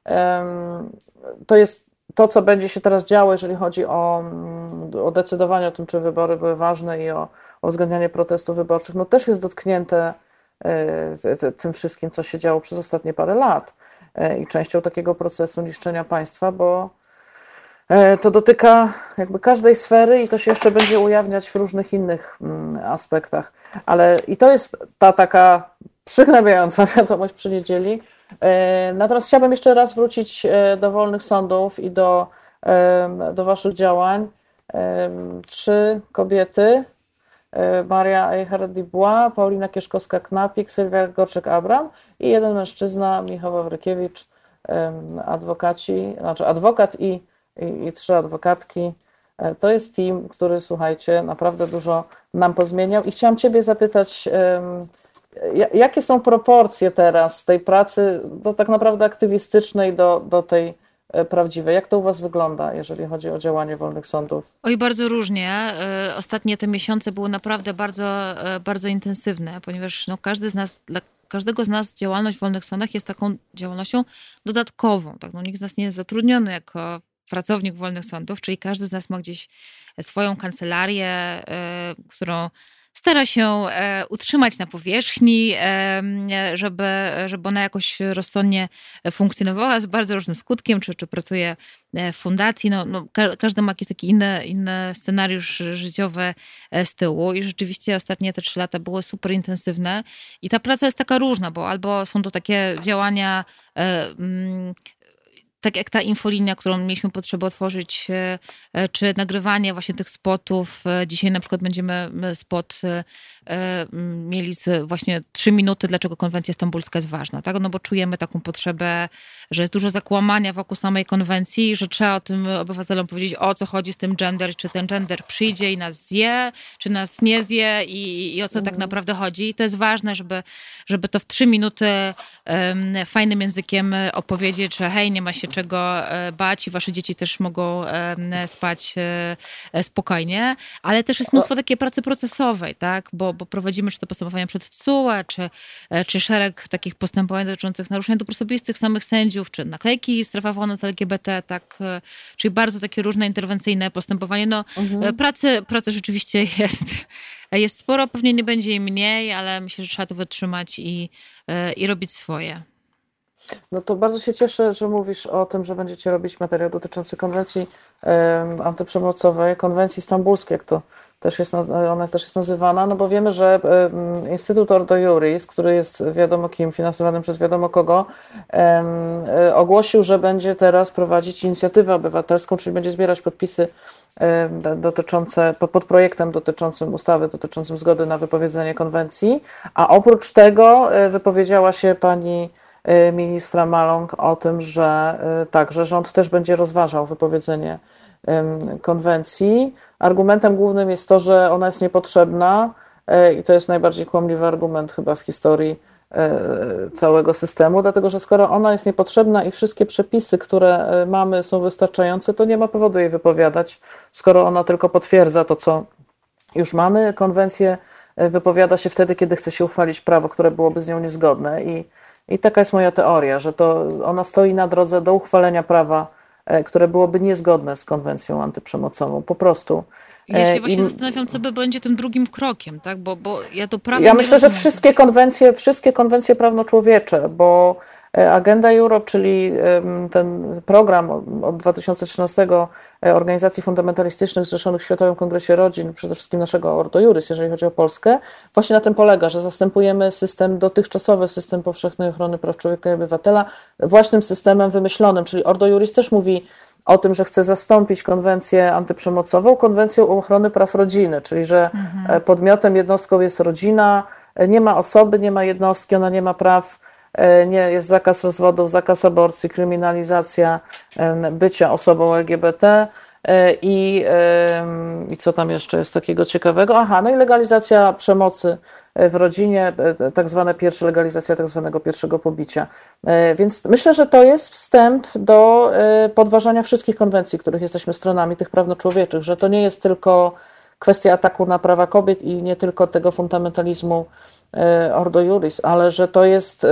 to jest to, co będzie się teraz działo, jeżeli chodzi o, o decydowanie o tym, czy wybory były ważne i o, o uwzględnianie protestów wyborczych, no też jest dotknięte tym wszystkim, co się działo przez ostatnie parę lat i częścią takiego procesu niszczenia państwa, bo to dotyka jakby każdej sfery i to się jeszcze będzie ujawniać w różnych innych aspektach. Ale i to jest ta taka przygnębiająca wiadomość przy niedzieli. Natomiast chciałabym jeszcze raz wrócić do wolnych sądów i do, do waszych działań. Trzy kobiety, Maria Eichardt-Dubois, Paulina Kieszkowska-Knapik, Sylwia Gorczyk-Abram i jeden mężczyzna, Michał Wawrykiewicz, adwokaci, znaczy adwokat i, i, i trzy adwokatki. To jest team, który, słuchajcie, naprawdę dużo nam pozmieniał i chciałam ciebie zapytać, jakie są proporcje teraz tej pracy do tak naprawdę aktywistycznej do, do tej prawdziwej? Jak to u was wygląda, jeżeli chodzi o działanie wolnych sądów? Oj, bardzo różnie. Ostatnie te miesiące były naprawdę bardzo, bardzo intensywne, ponieważ no, każdy z nas, dla każdego z nas działalność w wolnych sądach jest taką działalnością dodatkową. Tak? No, nikt z nas nie jest zatrudniony jako pracownik wolnych sądów, czyli każdy z nas ma gdzieś swoją kancelarię, którą stara się utrzymać na powierzchni, żeby, żeby ona jakoś rozsądnie funkcjonowała z bardzo różnym skutkiem, czy, czy pracuje w fundacji. No, no, każdy ma jakiś taki inny, inny scenariusz życiowy z tyłu i rzeczywiście ostatnie te trzy lata były super intensywne i ta praca jest taka różna, bo albo są to takie działania tak jak ta infolinia, którą mieliśmy potrzebę otworzyć, czy nagrywanie właśnie tych spotów. Dzisiaj na przykład będziemy spot mieli z właśnie trzy minuty, dlaczego konwencja stambulska jest ważna, tak? No bo czujemy taką potrzebę, że jest dużo zakłamania wokół samej konwencji, że trzeba o tym obywatelom powiedzieć, o co chodzi z tym gender, czy ten gender przyjdzie i nas zje, czy nas nie zje i, i o co mm. tak naprawdę chodzi. I to jest ważne, żeby, żeby to w trzy minuty um, fajnym językiem opowiedzieć, że hej, nie ma się czego bać i wasze dzieci też mogą um, spać um, spokojnie, ale też jest mnóstwo takiej pracy procesowej, tak? Bo, bo prowadzimy czy to postępowania przed T S U E, czy, czy szereg takich postępowań dotyczących naruszeń dóbr osobistych samych sędziów, czy naklejki strefa wolna od L G B T, tak? Czyli bardzo takie różne interwencyjne postępowanie. No, mhm. pracy, pracy rzeczywiście jest, jest sporo, pewnie nie będzie jej mniej, ale myślę, że trzeba to wytrzymać i, i robić swoje. No to bardzo się cieszę, że mówisz o tym, że będziecie robić materiał dotyczący konwencji um, antyprzemocowej, konwencji stambulskiej, jak to też jest, ona też jest nazywana, no bo wiemy, że um, Instytut Ordo Iuris, który jest wiadomo kim, finansowany przez wiadomo kogo, um, ogłosił, że będzie teraz prowadzić inicjatywę obywatelską, czyli będzie zbierać podpisy dotyczące, pod projektem dotyczącym ustawy, dotyczącym zgody na wypowiedzenie konwencji, a oprócz tego wypowiedziała się pani ministra Maląg o tym, że tak, że rząd też będzie rozważał wypowiedzenie konwencji. Argumentem głównym jest to, że ona jest niepotrzebna i to jest najbardziej kłamliwy argument chyba w historii całego systemu, dlatego że skoro ona jest niepotrzebna i wszystkie przepisy, które mamy, są wystarczające, to nie ma powodu jej wypowiadać, skoro ona tylko potwierdza to, co już mamy. Konwencję wypowiada się wtedy, kiedy chce się uchwalić prawo, które byłoby z nią niezgodne i, i taka jest moja teoria, że to ona stoi na drodze do uchwalenia prawa, które byłoby niezgodne z konwencją antyprzemocową, po prostu. Ja się właśnie I... zastanawiam, co by będzie tym drugim krokiem, tak? Bo, bo ja to prawie Ja nie myślę, rozumiem. że wszystkie konwencje, wszystkie konwencje prawnoczłowiecze, bo Agenda Europe, czyli ten program od dwa tysiące trzynastego Organizacji Fundamentalistycznych zrzeszonych w Światowym Kongresie Rodzin, przede wszystkim naszego Ordo Iuris, jeżeli chodzi o Polskę, właśnie na tym polega, że zastępujemy system, dotychczasowy system powszechnej ochrony praw człowieka i obywatela własnym systemem wymyślonym, czyli Ordo Iuris też mówi o tym, że chce zastąpić konwencję antyprzemocową konwencją ochrony praw rodziny, czyli że mhm. podmiotem, jednostką jest rodzina, nie ma osoby, nie ma jednostki, ona nie ma praw, nie jest zakaz rozwodów, zakaz aborcji, kryminalizacja bycia osobą L G B T i, i co tam jeszcze jest takiego ciekawego? Aha, no i legalizacja przemocy w rodzinie, tak zwane pierwsze legalizacja tak zwanego pierwszego pobicia. Więc myślę, że to jest wstęp do podważania wszystkich konwencji, których jesteśmy stronami, tych prawnoczłowieczych, że to nie jest tylko kwestia ataku na prawa kobiet i nie tylko tego fundamentalizmu Ordo Iuris, ale że to jest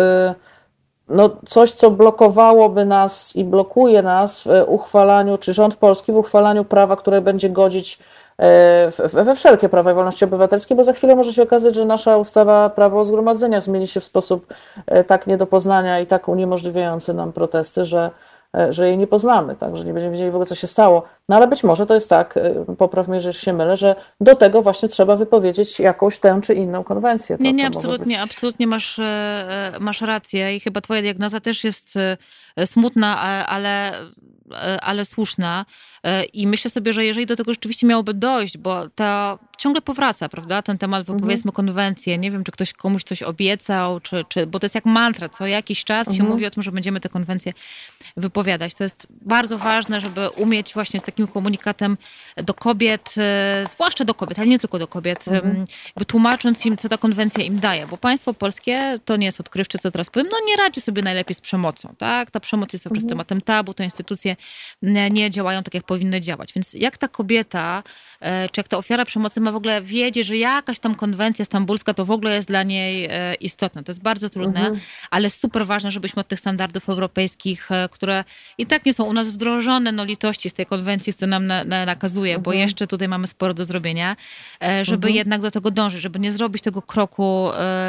no, coś, co blokowałoby nas i blokuje nas w uchwalaniu, czy rząd polski w uchwalaniu prawa, które będzie godzić we wszelkie prawa i wolności obywatelskie, bo za chwilę może się okazać, że nasza ustawa prawo o zgromadzeniach zmieni się w sposób tak nie do poznania i tak uniemożliwiający nam protesty, że, że jej nie poznamy, tak, że nie będziemy wiedzieli w ogóle, co się stało. No ale być może to jest tak, popraw mnie, że się mylę, że do tego właśnie trzeba wypowiedzieć jakąś tę czy inną konwencję. To, nie, nie, to absolutnie, być... absolutnie masz, masz rację i chyba twoja diagnoza też jest smutna, ale, ale słuszna. I myślę sobie, że jeżeli do tego rzeczywiście miałoby dojść, bo to ciągle powraca, prawda, ten temat, bo powiedzmy mhm. konwencje, nie wiem, czy ktoś komuś coś obiecał, czy, czy, bo to jest jak mantra, co jakiś czas mhm. się mówi o tym, że będziemy te konwencje wypowiadać. To jest bardzo ważne, żeby umieć właśnie z takim komunikatem do kobiet, zwłaszcza do kobiet, ale nie tylko do kobiet, mhm. tłumacząc im, co ta konwencja im daje, bo państwo polskie, to nie jest odkrywcze, co teraz powiem, no nie radzi sobie najlepiej z przemocą, tak, ta przemoc jest cały czas mhm. tematem tabu, te instytucje nie działają tak, jak powinny działać. Więc jak ta kobieta, czy jak ta ofiara przemocy ma w ogóle wiedzieć, że jakaś tam konwencja stambulska to w ogóle jest dla niej istotna. To jest bardzo trudne, mhm. ale super ważne, żebyśmy od tych standardów europejskich, które i tak nie są u nas wdrożone, no litości z tej konwencji, co nam na, na, nakazuje, mhm. bo jeszcze tutaj mamy sporo do zrobienia, żeby mhm. jednak do tego dążyć, żeby nie zrobić tego kroku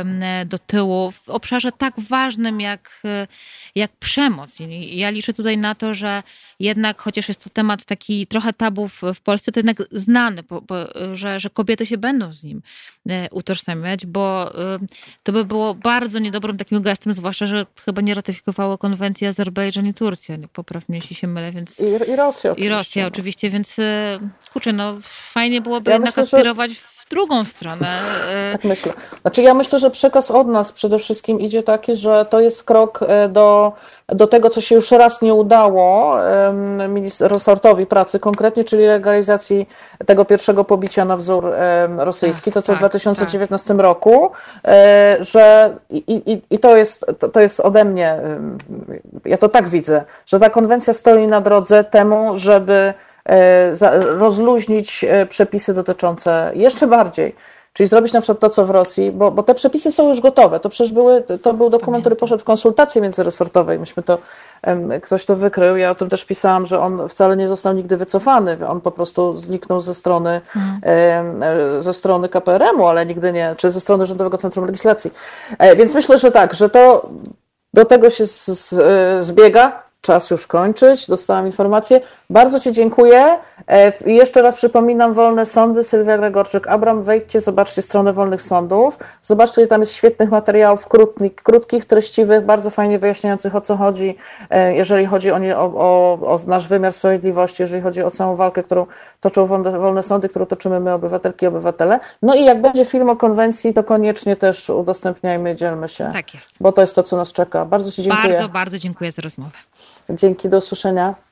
do tyłu w obszarze tak ważnym jak, jak przemoc. I ja liczę tutaj na to, że jednak, chociaż jest to temat taki trochę tabu w, w Polsce, to jednak znany, bo, bo, że, że kobiety się będą z nim utożsamiać, bo to by było bardzo niedobrym takim gestem, zwłaszcza, że chyba nie ratyfikowało konwencji Azerbejdżan i Turcja. Poprawnie, jeśli się mylę, więc... I, i Rosja oczywiście. I Rosja oczywiście, więc kurczę, no fajnie byłoby ja jednak myślę, aspirować że... w drugą stronę. Tak myślę. Znaczy ja myślę, że przekaz od nas przede wszystkim idzie taki, że to jest krok do, do tego, co się już raz nie udało resortowi pracy konkretnie, czyli legalizacji tego pierwszego pobicia na wzór rosyjski, to co tak, w dwa tysiące dziewiętnastym tak. roku, że i, i, i to jest, to, to jest ode mnie, ja to tak widzę, że ta konwencja stoi na drodze temu, żeby rozluźnić przepisy dotyczące jeszcze bardziej, czyli zrobić na przykład to, co w Rosji, bo, bo te przepisy są już gotowe. To przecież były, to był dokument, który poszedł w konsultacje międzyresortowe i myśmy to, ktoś to wykrył. Ja o tym też pisałam, że on wcale nie został nigdy wycofany. On po prostu zniknął ze strony, hmm. ze strony K P R M u, ale nigdy nie, czy ze strony Rządowego Centrum Legislacji. Więc myślę, że tak, że to do tego się z, z, zbiega. Czas już kończyć, dostałam informację. Bardzo Ci dziękuję I jeszcze raz przypominam, Wolne Sądy, Sylwia Gregorczyk-Abram, wejdźcie, zobaczcie stronę Wolnych Sądów, zobaczcie, tam jest świetnych materiałów krótkich, krótkich, treściwych, bardzo fajnie wyjaśniających, o co chodzi, jeżeli chodzi o, o, o, o nasz wymiar sprawiedliwości, jeżeli chodzi o całą walkę, którą toczą Wolne, Wolne Sądy, którą toczymy my, obywatelki i obywatele. No i jak będzie film o konwencji, to koniecznie też udostępniajmy, dzielmy się, tak jest. Bo to jest to, co nas czeka. Bardzo Ci dziękuję. Bardzo, bardzo dziękuję za rozmowę. Dzięki, do usłyszenia.